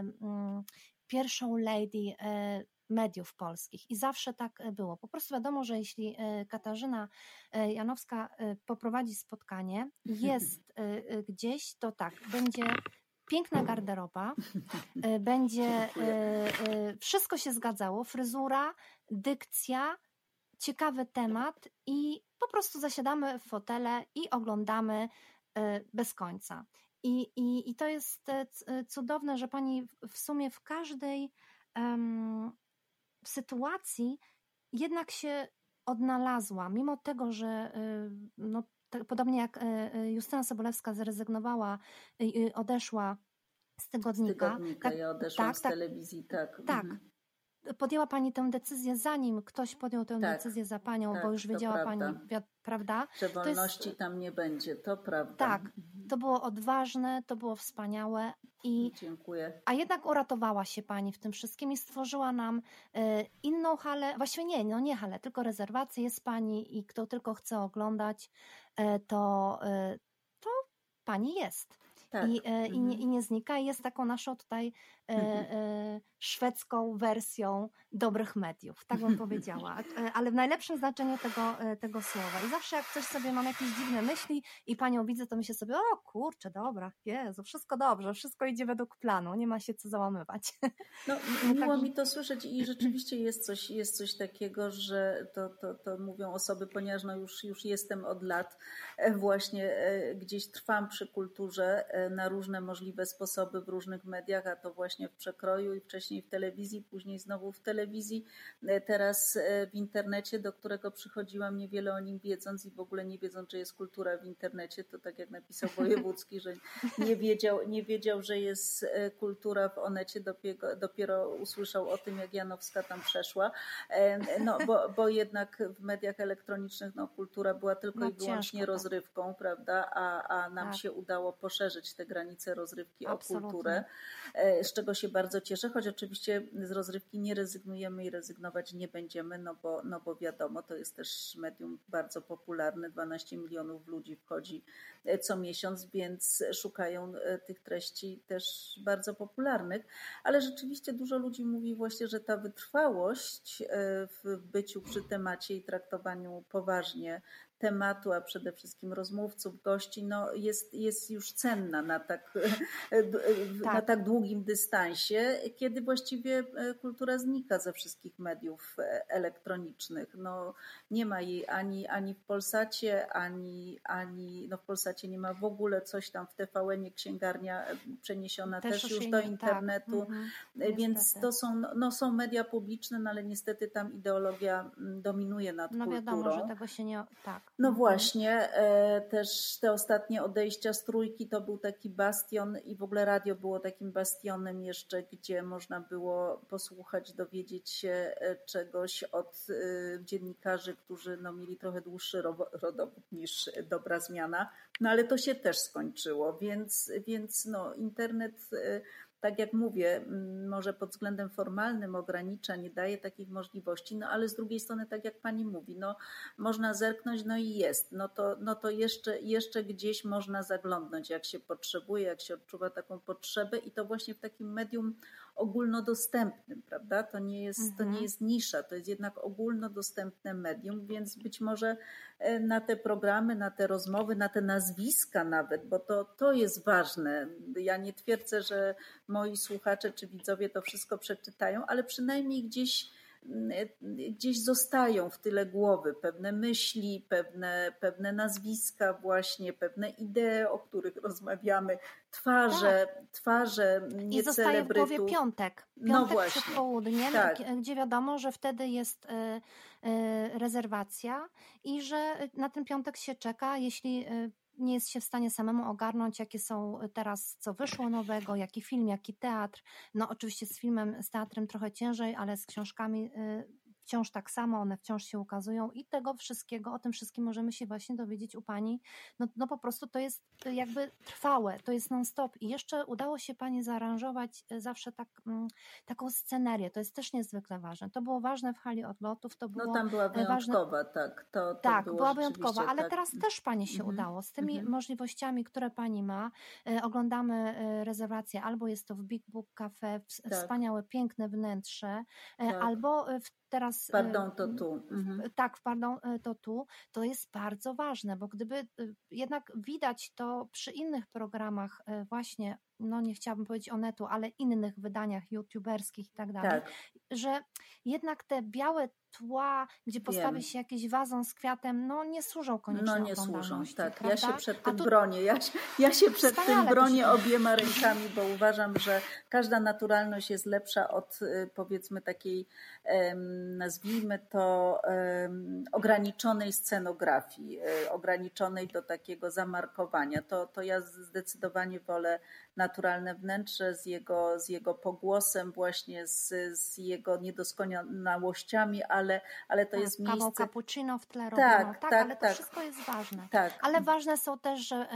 pierwszą lady mediów polskich i zawsze tak było. Po prostu wiadomo, że jeśli Katarzyna Janowska poprowadzi spotkanie, jest gdzieś, to tak, będzie piękna garderoba, będzie wszystko się zgadzało, fryzura, dykcja, ciekawy temat i po prostu zasiadamy w fotele i oglądamy bez końca. I to jest cudowne, że Pani w sumie w każdej sytuacji jednak się odnalazła, mimo tego, że no, podobnie jak Justyna Sobolewska zrezygnowała i odeszła z tygodnika. Ja odeszłam z telewizji, tak. Tak. Podjęła Pani tę decyzję, zanim ktoś podjął tę decyzję za Panią, bo już wiedziała Pani, prawda? Że wolności tam nie będzie, to prawda. Tak, to było odważne, to było wspaniałe. Dziękuję. A jednak uratowała się Pani w tym wszystkim i stworzyła nam inną halę, właściwie nie halę, tylko rezerwację. Jest Pani i kto tylko chce oglądać, to Pani jest. Tak. I nie znika. Jest taką naszą tutaj szwedzką wersją dobrych mediów, tak bym powiedziała, ale w najlepszym znaczeniu tego słowa. I zawsze jak coś sobie mam jakieś dziwne myśli i Panią widzę, to myślę sobie, o kurczę, dobra, Jezu, wszystko dobrze, wszystko idzie według planu, nie ma się co załamywać. No, miło mi to słyszeć i rzeczywiście jest coś takiego, że to mówią osoby, ponieważ no już jestem od lat właśnie gdzieś trwam przy kulturze na różne możliwe sposoby w różnych mediach, a to właśnie w przekroju i wcześniej w telewizji, później znowu w telewizji, teraz w internecie, do którego przychodziłam niewiele o nim wiedząc i w ogóle nie wiedząc, że jest kultura w internecie, to tak jak napisał Wojewódzki, że nie wiedział, że jest kultura w Onecie, dopiero usłyszał o tym, jak Janowska tam przeszła, no bo jednak w mediach elektronicznych no, kultura była tylko i wyłącznie rozrywką, prawda, a nam się udało poszerzyć te granice rozrywki o kulturę, z czego się bardzo cieszę, choć oczywiście z rozrywki nie rezygnujemy i rezygnować nie będziemy, no bo wiadomo, to jest też medium bardzo popularne, 12 milionów ludzi wchodzi co miesiąc, więc szukają tych treści też bardzo popularnych, ale rzeczywiście dużo ludzi mówi właśnie, że ta wytrwałość w byciu przy temacie i traktowaniu poważnie tematu, a przede wszystkim rozmówców, gości, no jest już cenna na tak długim dystansie, kiedy właściwie kultura znika ze wszystkich mediów elektronicznych. No, nie ma jej ani w Polsacie, ani no w Polsacie nie ma w ogóle, coś tam w TVN-ie, księgarnia przeniesiona też już do internetu, więc to są media publiczne, no ale niestety tam ideologia dominuje nad kulturą. No wiadomo, że tego się nie... Tak. No właśnie, też te ostatnie odejścia z Trójki to był taki bastion i w ogóle radio było takim bastionem jeszcze, gdzie można było posłuchać, dowiedzieć się czegoś od dziennikarzy, którzy no, mieli trochę dłuższy rodowód niż Dobra Zmiana, no ale to się też skończyło, więc no, internet, tak jak mówię, może pod względem formalnym ogranicza, nie daje takich możliwości, no ale z drugiej strony, tak jak pani mówi, no można zerknąć, no i jest, no to jeszcze gdzieś można zaglądnąć, jak się potrzebuje, jak się odczuwa taką potrzebę i to właśnie w takim medium ogólnodostępnym, prawda? To nie jest nisza, to jest jednak ogólnodostępne medium, więc być może na te programy, na te rozmowy, na te nazwiska nawet, bo to jest ważne. Ja nie twierdzę, że moi słuchacze czy widzowie to wszystko przeczytają, ale przynajmniej gdzieś zostają w tyle głowy pewne myśli, pewne nazwiska właśnie, pewne idee, o których rozmawiamy, twarze nie I zostaje w głowie celebrytów. piątek No przed właśnie, południem, tak. gdzie wiadomo, że wtedy jest rezerwacja i że na ten piątek się czeka, jeśli nie jest się w stanie samemu ogarnąć, jakie są teraz, co wyszło nowego, jaki film, jaki teatr. No oczywiście z filmem, z teatrem trochę ciężej, ale z książkami wciąż tak samo, one wciąż się ukazują i tego wszystkiego, o tym wszystkim możemy się właśnie dowiedzieć u pani. No po prostu to jest jakby trwałe, to jest non-stop i jeszcze udało się pani zaaranżować zawsze taką scenerię, to jest też niezwykle ważne. To było ważne w hali odlotów, to było No tam była wyjątkowa, ważne. tak. To Tak, było była wyjątkowa, ale tak. teraz też pani się udało. Z tymi możliwościami, które pani ma, oglądamy rezerwację, albo jest to w Big Book Cafe, wspaniałe, piękne wnętrze, albo teraz... Pardon, to tu. Tak, pardon, to tu. To jest bardzo ważne, bo gdyby jednak widać to przy innych programach właśnie, no nie chciałabym powiedzieć Onetu, ale innych wydaniach youtuberskich i tak dalej, że jednak te białe tła, gdzie postawi się jakiś wazon z kwiatem, no nie służą koniecznie oglądalności. No nie służą, tak. Prawda? Ja się przed tym bronię. Ja się przed tym bronię obiema rękami, bo uważam, że każda naturalność jest lepsza od powiedzmy takiej, nazwijmy to, ograniczonej scenografii, ograniczonej do takiego zamarkowania. To ja zdecydowanie wolę naturalne wnętrze z jego pogłosem, właśnie z jego niedoskonałościami, ale to jest miejsce... Kawą cappuccino w tle robiono. Ale to wszystko jest ważne. Ale ważne są też, że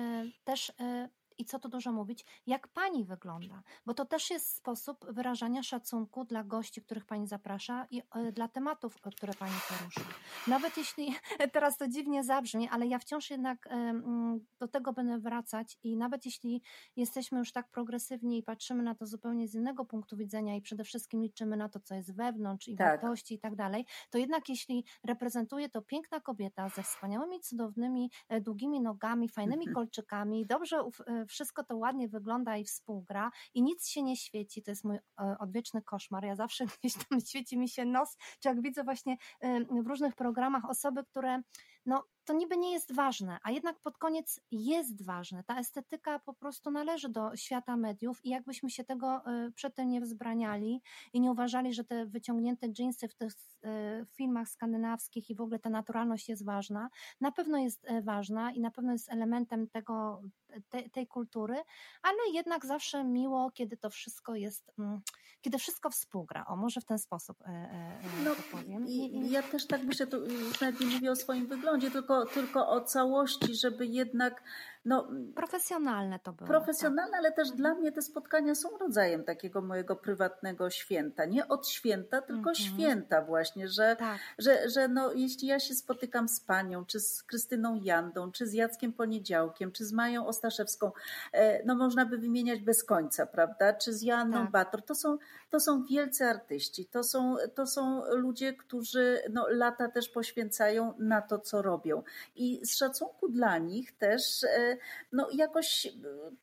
i co tu dużo mówić, jak pani wygląda, bo to też jest sposób wyrażania szacunku dla gości, których pani zaprasza i dla tematów, które pani porusza. Nawet jeśli teraz to dziwnie zabrzmi, ale ja wciąż jednak do tego będę wracać i nawet jeśli jesteśmy już tak progresywni i patrzymy na to zupełnie z innego punktu widzenia i przede wszystkim liczymy na to, co jest wewnątrz i wartości i tak dalej, to jednak jeśli reprezentuje to piękna kobieta ze wspaniałymi, cudownymi, długimi nogami, fajnymi kolczykami, dobrze wszystko to ładnie wygląda i współgra i nic się nie świeci, to jest mój odwieczny koszmar, ja zawsze gdzieś tam świeci mi się nos, czy jak widzę właśnie w różnych programach osoby, które no to niby nie jest ważne, a jednak pod koniec jest ważne. Ta estetyka po prostu należy do świata mediów i jakbyśmy się tego przedtem nie wzbraniali i nie uważali, że te wyciągnięte dżinsy w tych filmach skandynawskich i w ogóle ta naturalność jest ważna, na pewno jest ważna i na pewno jest elementem tej kultury, ale jednak zawsze miło, kiedy to wszystko jest, kiedy wszystko współgra. O, może w ten sposób to powiem. Ja też tak myślę, to nawet nie mówię o swoim wyglądzie, tylko o całości, żeby jednak profesjonalne to było. Profesjonalne, ale też dla mnie te spotkania są rodzajem takiego mojego prywatnego święta. Nie od święta, tylko święta właśnie, że jeśli ja się spotykam z panią, czy z Krystyną Jandą, czy z Jackiem Poniedziałkiem, czy z Mają Ostaszewską, można by wymieniać bez końca, prawda? Czy z Joanną Bator. To są wielcy artyści. To są ludzie, którzy lata też poświęcają na to, co robią. I z szacunku dla nich też jakoś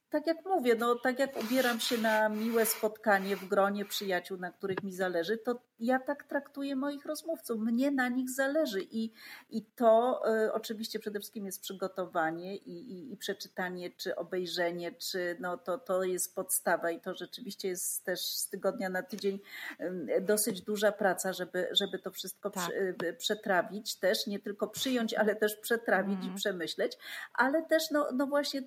tak jak mówię, no tak jak ubieram się na miłe spotkanie w gronie przyjaciół, na których mi zależy, to ja tak traktuję moich rozmówców. Mnie na nich zależy i to oczywiście przede wszystkim jest przygotowanie i przeczytanie, czy obejrzenie, czy no to jest podstawa i to rzeczywiście jest też z tygodnia na tydzień dosyć duża praca, żeby to wszystko przetrawić też, nie tylko przyjąć, ale też przetrawić i przemyśleć, ale też no właśnie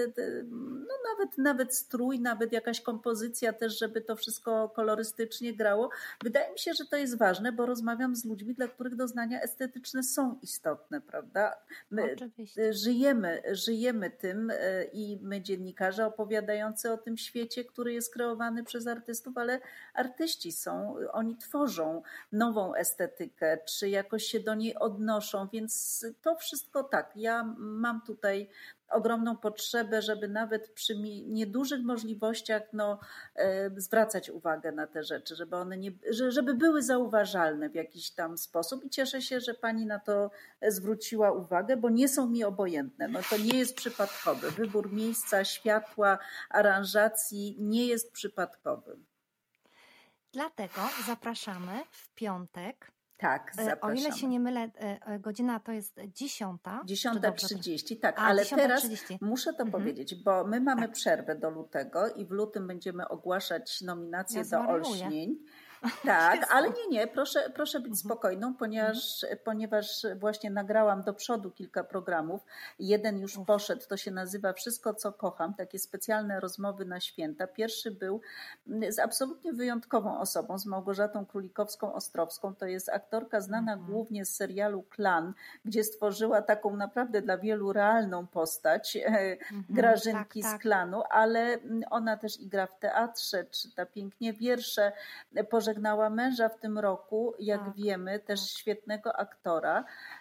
nawet strój, nawet jakaś kompozycja też, żeby to wszystko kolorystycznie grało. Wydaje mi się, że to jest ważne, bo rozmawiam z ludźmi, dla których doznania estetyczne są istotne, prawda? My Oczywiście. żyjemy tym i my dziennikarze opowiadający o tym świecie, który jest kreowany przez artystów, ale artyści oni tworzą nową estetykę, czy jakoś się do niej odnoszą, więc to wszystko tak, ja mam tutaj ogromną potrzebę, żeby nawet przy niedużych możliwościach zwracać uwagę na te rzeczy, żeby one żeby były zauważalne w jakiś tam sposób i cieszę się, że pani na to zwróciła uwagę, bo nie są mi obojętne. No to nie jest przypadkowy. Wybór miejsca, światła, aranżacji nie jest przypadkowy. Dlatego zapraszamy w piątek. Tak, zapraszamy. O ile się nie mylę, godzina to jest 10. 10:30, tak, ale 10:30. teraz muszę to powiedzieć, bo my mamy przerwę do lutego i w lutym będziemy ogłaszać nominacje do olśnień. Tak, ale nie, proszę być spokojną, ponieważ właśnie nagrałam do przodu kilka programów. Jeden już poszedł, to się nazywa Wszystko, co kocham, takie specjalne rozmowy na święta. Pierwszy był z absolutnie wyjątkową osobą, z Małgorzatą Królikowską-Ostrowską. To jest aktorka znana głównie z serialu Klan, gdzie stworzyła taką naprawdę dla wielu realną postać Grażynki z Klanu, ale ona też i gra w teatrze, czyta pięknie wiersze, pożegnała męża w tym roku, jak wiemy, też świetnego aktora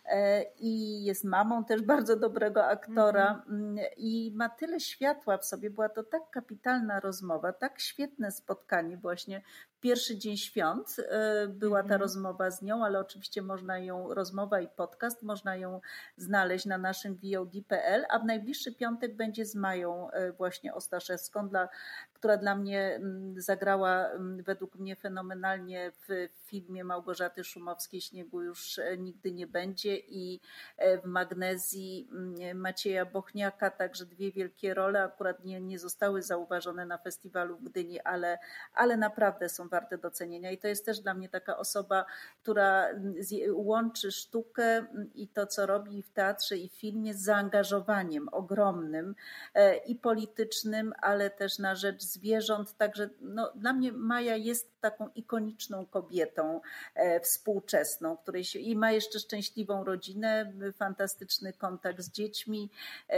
i jest mamą też bardzo dobrego aktora i ma tyle światła w sobie. Była to tak kapitalna rozmowa, tak świetne spotkanie właśnie. Pierwszy dzień świąt była ta rozmowa z nią, ale oczywiście rozmowa i podcast, można ją znaleźć na naszym VOD.pl, a w najbliższy piątek będzie z Mają właśnie Ostaszewską, która dla mnie zagrała według mnie fenomenalnie w filmie Małgorzaty Szumowskiej Śniegu już nigdy nie będzie i w Magnezji Macieja Bochniaka, także dwie wielkie role, akurat nie zostały zauważone na festiwalu w Gdyni, ale naprawdę są warte docenienia i to jest też dla mnie taka osoba, która łączy sztukę i to, co robi w teatrze i w filmie z zaangażowaniem ogromnym i politycznym, ale też na rzecz zwierząt, także dla mnie Maja jest taką ikoniczną kobietą współczesną, i ma jeszcze szczęśliwą rodzinę, fantastyczny kontakt z dziećmi,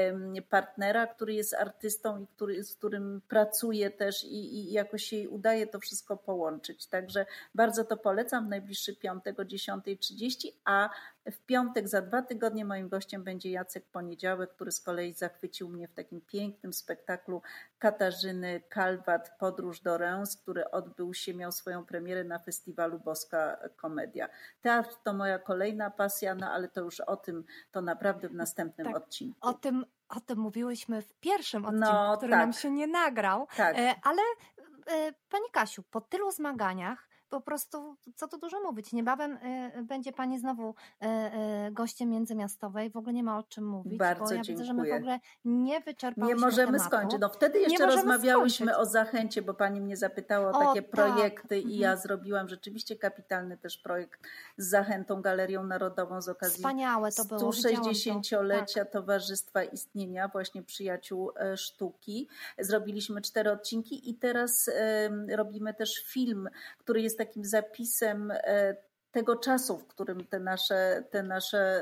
partnera, który jest artystą i z którym pracuje też i jakoś się jej udaje to wszystko połączyć. Także bardzo to polecam w najbliższy piątek o 10:30, a w piątek za 2 tygodnie moim gościem będzie Jacek Poniedziałek, który z kolei zachwycił mnie w takim pięknym spektaklu Katarzyny Kalwat Podróż do Reims, który miał swoją premierę na festiwalu Boska Komedia. Teatr to moja kolejna pasja, ale to już to naprawdę w następnym odcinku. O tym mówiłyśmy w pierwszym odcinku, który nam się nie nagrał, ale Pani Kasiu, po tylu zmaganiach po prostu, co tu dużo mówić, niebawem będzie Pani znowu gościem międzymiastowej, w ogóle nie ma o czym mówić, bardzo bo ja dziękuję. widzę, że my w ogóle nie wyczerpałyśmy Nie możemy tematu. skończyć. Wtedy jeszcze rozmawiałyśmy o Zachęcie, bo Pani mnie zapytała o takie projekty i ja zrobiłam rzeczywiście kapitalny też projekt z Zachętą Galerią Narodową z okazji Wspaniałe to było. 160-lecia Towarzystwa Istnienia, właśnie Przyjaciół Sztuki. Zrobiliśmy 4 odcinki i teraz robimy też film, który jest takim zapisem tego czasu, w którym te nasze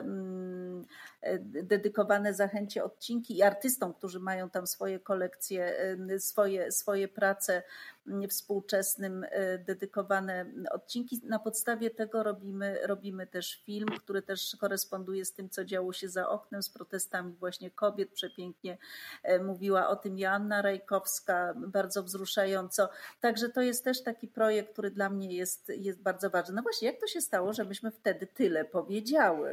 dedykowane Zachęcie odcinki i artystom, którzy mają tam swoje kolekcje, swoje prace współczesnym dedykowane odcinki. Na podstawie tego robimy też film, który też koresponduje z tym, co działo się za oknem, z protestami właśnie kobiet. Przepięknie mówiła o tym Joanna Rajkowska, bardzo wzruszająco. Także to jest też taki projekt, który dla mnie jest bardzo ważny. No właśnie, jak to się stało, że myśmy wtedy tyle powiedziały?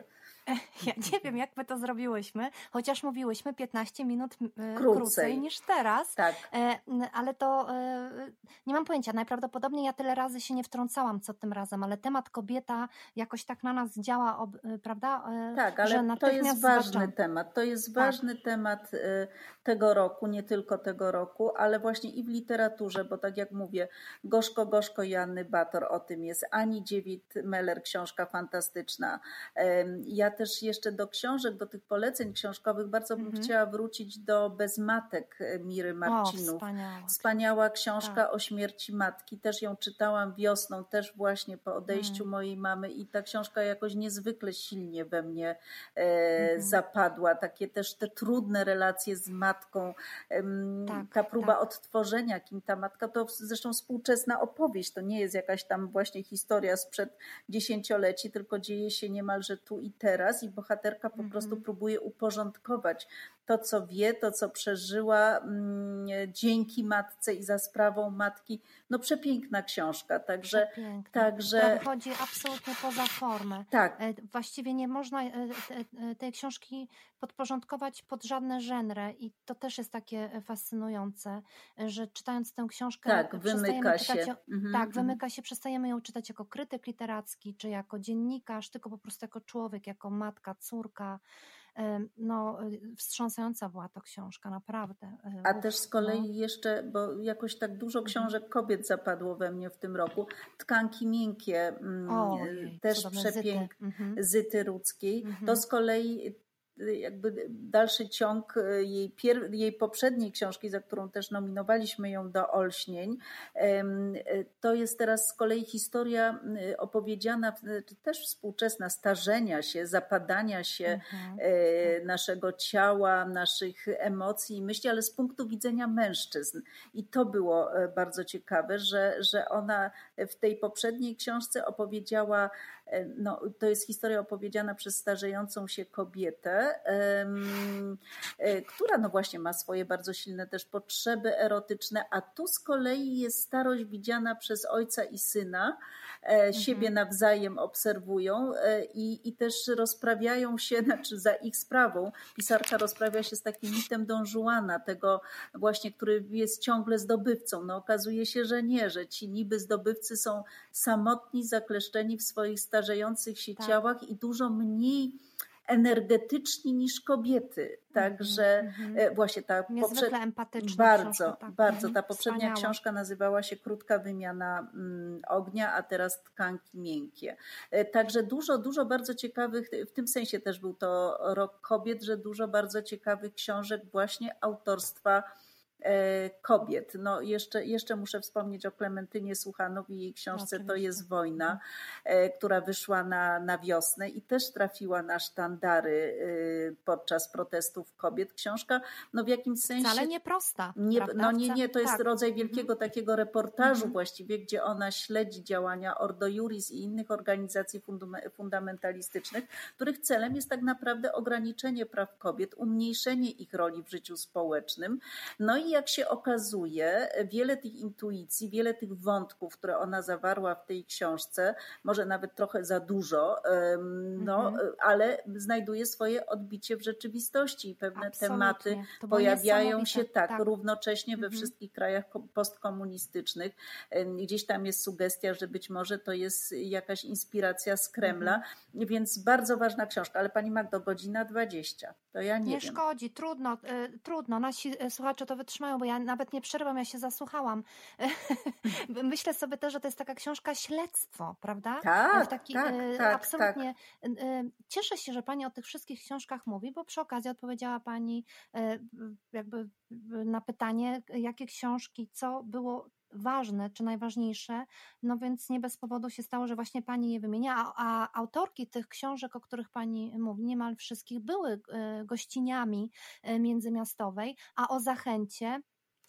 Ja nie wiem, jak my to zrobiłyśmy, chociaż mówiłyśmy 15 minut Krócej. krócej niż teraz, Tak. ale to nie mam pojęcia. Najprawdopodobniej ja tyle razy się nie wtrącałam, co tym razem, ale temat kobieta jakoś tak na nas działa, prawda? Tak, że ale to natychmiast jest ważny zobaczyłam. temat. To jest Tak. ważny temat tego roku, nie tylko tego roku, ale właśnie i w literaturze, bo tak jak mówię, Gorzko, gorzko Joanny Bator o tym jest, Ani Dziewit-Meller, książka fantastyczna. Ja też jeszcze do książek, do tych poleceń książkowych bardzo bym chciała wrócić do Bez matek Miry Marcinów. Wspaniała książka Tak. o śmierci matki. Też ją czytałam wiosną, też właśnie po odejściu mojej mamy i ta książka jakoś niezwykle silnie we mnie zapadła. Takie też te trudne relacje z matką, ta próba odtworzenia, kim ta matka, to zresztą współczesna opowieść, to nie jest jakaś tam właśnie historia sprzed dziesięcioleci, tylko dzieje się niemalże tu i teraz i bohaterka po prostu próbuje uporządkować to, co wie, to, co przeżyła dzięki matce i za sprawą matki. No przepiękna książka. Także która wychodzi absolutnie poza formę. Tak. Właściwie nie można tej książki podporządkować pod żadne genre i to też jest takie fascynujące, że czytając tę książkę wymyka się. Wymyka się, przestajemy ją czytać jako krytyk literacki, czy jako dziennikarz, tylko po prostu jako człowiek, jako matka, córka. No, wstrząsająca była to książka, naprawdę. A też z kolei jeszcze, bo jakoś tak dużo książek kobiet zapadło we mnie w tym roku. Tkanki miękkie, też przepiękne, Zyty Rudzkiej. To z kolei jakby dalszy ciąg jej poprzedniej książki, za którą też nominowaliśmy ją do Olśnień. To jest teraz z kolei historia opowiedziana, też współczesna, starzenia się, zapadania się naszego ciała, naszych emocji i myśli, ale z punktu widzenia mężczyzn. I to było bardzo ciekawe, że ona w tej poprzedniej książce opowiedziała, to jest historia opowiedziana przez starzejącą się kobietę, która no właśnie ma swoje bardzo silne też potrzeby erotyczne, a tu z kolei jest starość widziana przez ojca i syna, siebie nawzajem obserwują i też rozprawiają się, znaczy za ich sprawą. Pisarka rozprawia się z takim mitem Don Juana, tego właśnie, który jest ciągle zdobywcą. No okazuje się, że nie, że ci niby zdobywcy są samotni, zakleszczeni w swoich starzejących się ciałach i dużo mniej energetyczni niż kobiety. Także właśnie ta niezwykle empatyczna bardzo, książka, bardzo. Ta poprzednia wspaniała. książka nazywała się Krótka wymiana ognia, a teraz Tkanki miękkie. Także dużo bardzo ciekawych, w tym sensie też był to rok kobiet, że dużo bardzo ciekawych książek właśnie autorstwa kobiet. No jeszcze muszę wspomnieć o Klementynie Słuchanow i jej książce To jest wojna, która wyszła na wiosnę i też trafiła na sztandary podczas protestów kobiet. Książka w jakimś sensie... Wcale nieprosta. Nie, to jest rodzaj wielkiego takiego reportażu właściwie, gdzie ona śledzi działania Ordo Iuris i innych organizacji fundamentalistycznych, których celem jest tak naprawdę ograniczenie praw kobiet, umniejszenie ich roli w życiu społecznym. No i jak się okazuje, wiele tych intuicji, wiele tych wątków, które ona zawarła w tej książce, może nawet trochę za dużo, ale znajduje swoje odbicie w rzeczywistości i pewne tematy pojawiają się równocześnie we wszystkich krajach postkomunistycznych. Gdzieś tam jest sugestia, że być może to jest jakaś inspiracja z Kremla, więc bardzo ważna książka. Ale pani Magdo, 1:20, to ja nie wiem. Nie szkodzi, trudno. Nasi słuchacze to wytrzymają, bo ja nawet nie przerwam, ja się zasłuchałam. Myślę sobie też, że to jest taka książka śledztwo, prawda? Tak. Absolutnie. Cieszę się, że pani o tych wszystkich książkach mówi, bo przy okazji odpowiedziała pani jakby na pytanie, jakie książki, co było ważne czy najważniejsze, no więc nie bez powodu się stało, że właśnie pani je wymienia, a autorki tych książek, o których pani mówi, niemal wszystkich były gościniami Międzymiastowej, a o zachęcie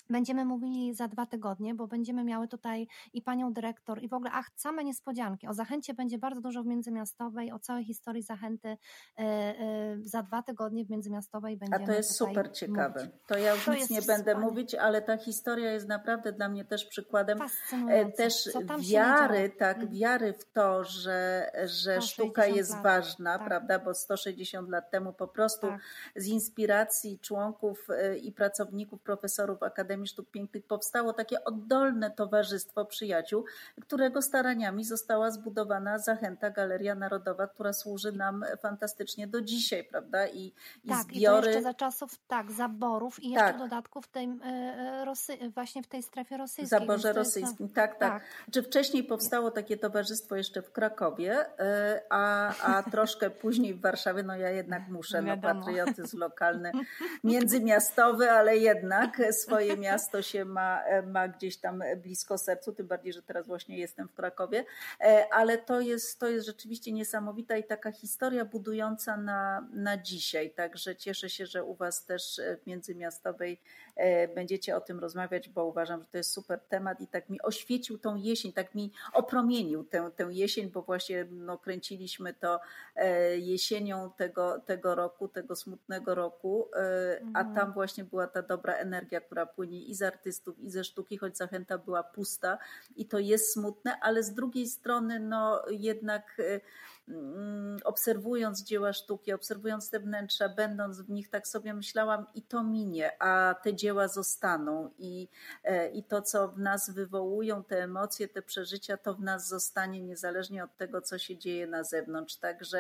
będziemy mówili za 2 tygodnie, bo będziemy miały tutaj i panią dyrektor i w ogóle, same niespodzianki. O Zachęcie będzie bardzo dużo w Międzymiastowej, o całej historii Zachęty za 2 tygodnie w Międzymiastowej A będziemy to jest tutaj super ciekawe. mówić. To ja już To nic jest nie będę wspaniałe. mówić, ale ta historia jest naprawdę dla mnie też przykładem Fascynujące. też Co tam się wiary, nie działo. wiary w to, że sztuka 160 jest lat. ważna, Tak. prawda, bo 160 lat temu po prostu Tak. z inspiracji członków i pracowników, profesorów Akademii Sztuk Pięknych powstało takie oddolne towarzystwo przyjaciół, którego staraniami została zbudowana Zachęta Galeria Narodowa, która służy nam fantastycznie do dzisiaj, prawda, i Tak, i to zbiory. jeszcze za czasów zaborów i jeszcze w dodatku w tej właśnie w tej strefie rosyjskiej. Zaborze więc to jest, rosyjskim, tak. Czy wcześniej powstało takie towarzystwo jeszcze w Krakowie, a troszkę później w Warszawie, no ja jednak muszę, Wiadomo. patriotyzm lokalny, międzymiastowy, ale jednak swoje miasto się ma gdzieś tam blisko sercu, tym bardziej, że teraz właśnie jestem w Krakowie, ale to jest rzeczywiście niesamowita i taka historia budująca na dzisiaj, także cieszę się, że u Was też w Międzymiastowej będziecie o tym rozmawiać, bo uważam, że to jest super temat i tak mi oświecił tą jesień, tak mi opromienił tę jesień, bo właśnie kręciliśmy to jesienią tego roku, tego smutnego roku, a tam właśnie była ta dobra energia, która płynie i z artystów, i ze sztuki, choć Zachęta była pusta i to jest smutne, ale z drugiej strony jednak obserwując dzieła sztuki, obserwując te wnętrza, będąc w nich, tak sobie myślałam, i to minie, a te dzieła zostaną i to, co w nas wywołują, te emocje, te przeżycia, to w nas zostanie niezależnie od tego, co się dzieje na zewnątrz.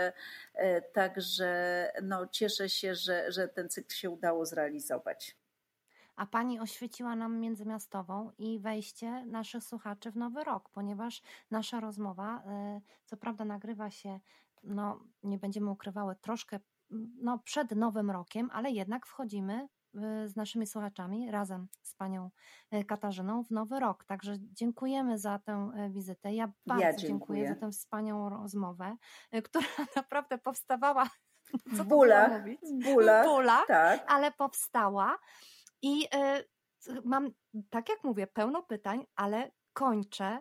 Także cieszę się, że ten cykl się udało zrealizować. A pani oświeciła nam Międzymiastową i wejście naszych słuchaczy w nowy rok, ponieważ nasza rozmowa, co prawda nagrywa się, nie będziemy ukrywały, troszkę przed Nowym Rokiem, ale jednak wchodzimy z naszymi słuchaczami razem z panią Katarzyną w Nowy Rok. Także dziękujemy za tę wizytę. Ja bardzo dziękuję za tę wspaniałą rozmowę, która naprawdę powstawała bóla, tak. ale powstała. I mam, tak jak mówię, pełno pytań, ale kończę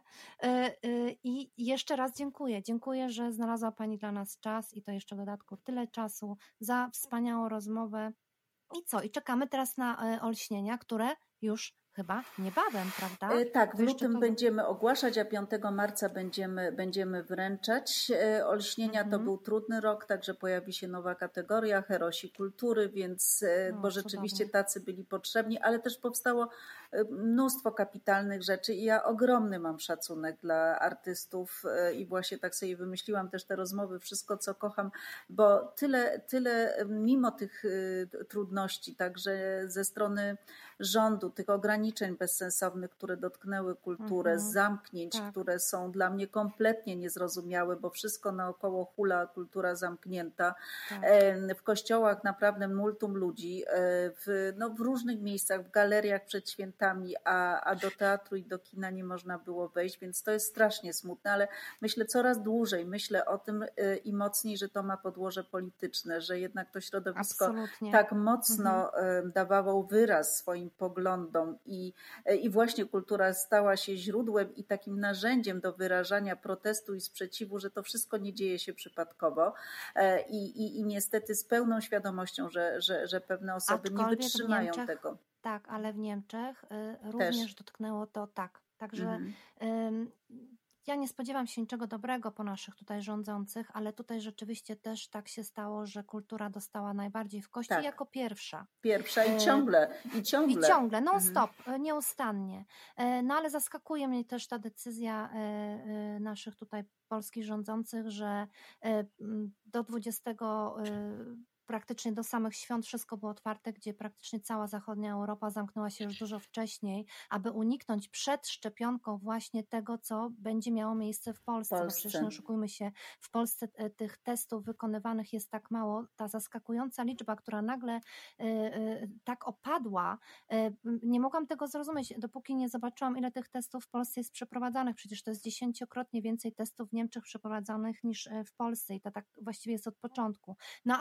i jeszcze raz dziękuję. Dziękuję, że znalazła pani dla nas czas i to jeszcze w dodatku tyle czasu za wspaniałą rozmowę. I czekamy teraz na olśnienia, które już chyba niebawem, prawda? Tak, w lutym będziemy ogłaszać, a 5 marca będziemy wręczać olśnienia. To był trudny rok, także pojawi się nowa kategoria Herosi Kultury, więc bo rzeczywiście tacy byli potrzebni, ale też powstało mnóstwo kapitalnych rzeczy i ja ogromny mam szacunek dla artystów i właśnie tak sobie wymyśliłam też te rozmowy, wszystko co kocham, bo tyle mimo tych trudności, także ze strony rządu, tych ograniczeń bezsensownych, które dotknęły kulturę, zamknięć, które są dla mnie kompletnie niezrozumiałe, bo wszystko naokoło hula, kultura zamknięta. W kościołach naprawdę multum ludzi, w różnych miejscach, w galeriach przed świętami, a do teatru i do kina nie można było wejść, więc to jest strasznie smutne, ale myślę coraz dłużej, myślę o tym i mocniej, że to ma podłoże polityczne, że jednak to środowisko tak mocno dawało wyraz swoim poglądom i właśnie kultura stała się źródłem i takim narzędziem do wyrażania protestu i sprzeciwu, że to wszystko nie dzieje się przypadkowo i niestety z pełną świadomością, że pewne osoby nie wytrzymają tego. Tak, ale w Niemczech również dotknęło to tak. Także ja nie spodziewam się niczego dobrego po naszych tutaj rządzących, ale tutaj rzeczywiście też tak się stało, że kultura dostała najbardziej w kości jako pierwsza. Pierwsza i ciągle. I ciągle, non stop, nieustannie. No ale zaskakuje mnie też ta decyzja naszych tutaj polskich rządzących, że do 20 praktycznie do samych świąt wszystko było otwarte, gdzie praktycznie cała zachodnia Europa zamknęła się już dużo wcześniej, aby uniknąć przed szczepionką właśnie tego, co będzie miało miejsce w Polsce. Bo przecież nie oszukujmy się, w Polsce tych testów wykonywanych jest tak mało. Ta zaskakująca liczba, która nagle tak opadła, nie mogłam tego zrozumieć, dopóki nie zobaczyłam, ile tych testów w Polsce jest przeprowadzanych. Przecież to jest 10-krotnie więcej testów w Niemczech przeprowadzanych niż w Polsce i to tak właściwie jest od początku. No ale zaczyna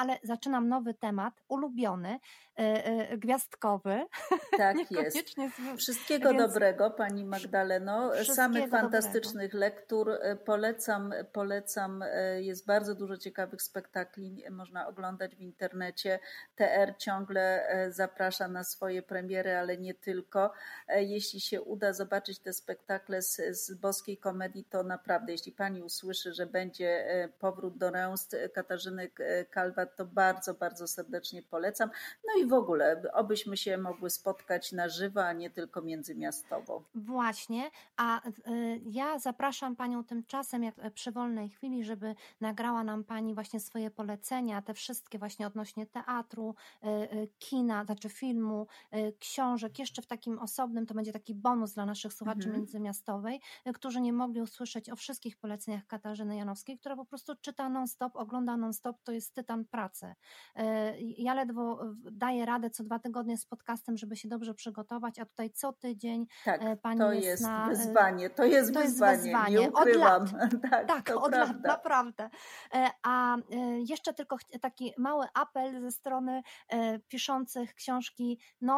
zaczynam nowy temat, ulubiony, gwiazdkowy. Tak jest. Wszystkiego dobrego, Pani Magdaleno. Samych fantastycznych lektur. Polecam. Jest bardzo dużo ciekawych spektakli. Można oglądać w internecie. TR ciągle zaprasza na swoje premiery, ale nie tylko. Jeśli się uda zobaczyć te spektakle z boskiej komedii, to naprawdę, jeśli Pani usłyszy, że będzie powrót do Ręst Katarzyny Kalwat, to bardzo, bardzo serdecznie polecam. No i w ogóle, obyśmy się mogły spotkać na żywo, a nie tylko międzymiastowo. Właśnie, a ja zapraszam Panią tymczasem, jak przy wolnej chwili, żeby nagrała nam Pani właśnie swoje polecenia, te wszystkie właśnie odnośnie teatru, kina, znaczy filmu, książek, jeszcze w takim osobnym, to będzie taki bonus dla naszych słuchaczy międzymiastowej, którzy nie mogli usłyszeć o wszystkich poleceniach Katarzyny Janowskiej, która po prostu czyta non-stop, ogląda non-stop, to jest tytan pracy. Ja ledwo daję radę co 2 tygodnie z podcastem, żeby się dobrze przygotować, a tutaj co tydzień Pani to jest na... wyzwanie. To jest wyzwanie, nie ukrywam. Tak, od lat, naprawdę. A jeszcze tylko taki mały apel ze strony piszących książki,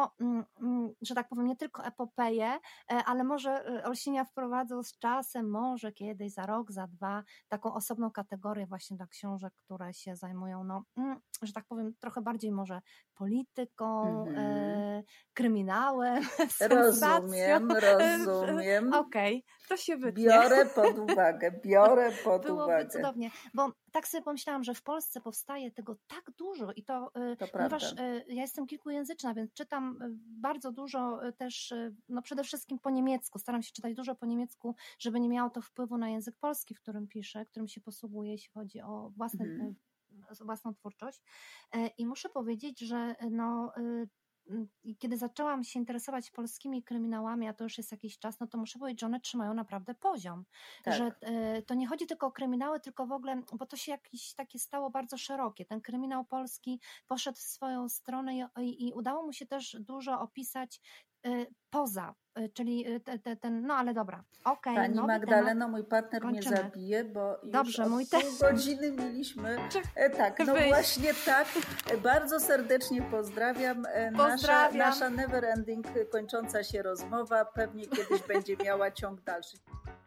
że tak powiem, nie tylko epopeje, ale może Olsinia wprowadzą z czasem, może kiedyś, za rok, za 2, taką osobną kategorię właśnie dla książek, które się zajmują, że tak powiem, trochę bardziej może polityką, kryminałem, Rozumiem. Okej, to się wytnie. Biorę pod uwagę. Byłoby cudownie, bo tak sobie pomyślałam, że w Polsce powstaje tego tak dużo i to ponieważ ja jestem kilkujęzyczna, więc czytam bardzo dużo też, przede wszystkim po niemiecku, staram się czytać dużo po niemiecku, żeby nie miało to wpływu na język polski, w którym piszę, którym się posługuję, jeśli chodzi o własną twórczość. I muszę powiedzieć, że i kiedy zaczęłam się interesować polskimi kryminałami, a to już jest jakiś czas, to muszę powiedzieć, że one trzymają naprawdę poziom. Tak. Że to nie chodzi tylko o kryminały, tylko w ogóle, bo to się jakieś takie stało bardzo szerokie. Ten kryminał polski poszedł w swoją stronę i udało mu się też dużo opisać poza, czyli ten, ale dobra. Okay, Pani Magdaleno, mój partner kończymy. Mnie zabije, bo już dobrze, pół godziny mieliśmy. Właśnie tak. Bardzo serdecznie pozdrawiam. Nasza never ending kończąca się rozmowa pewnie kiedyś będzie miała ciąg dalszy.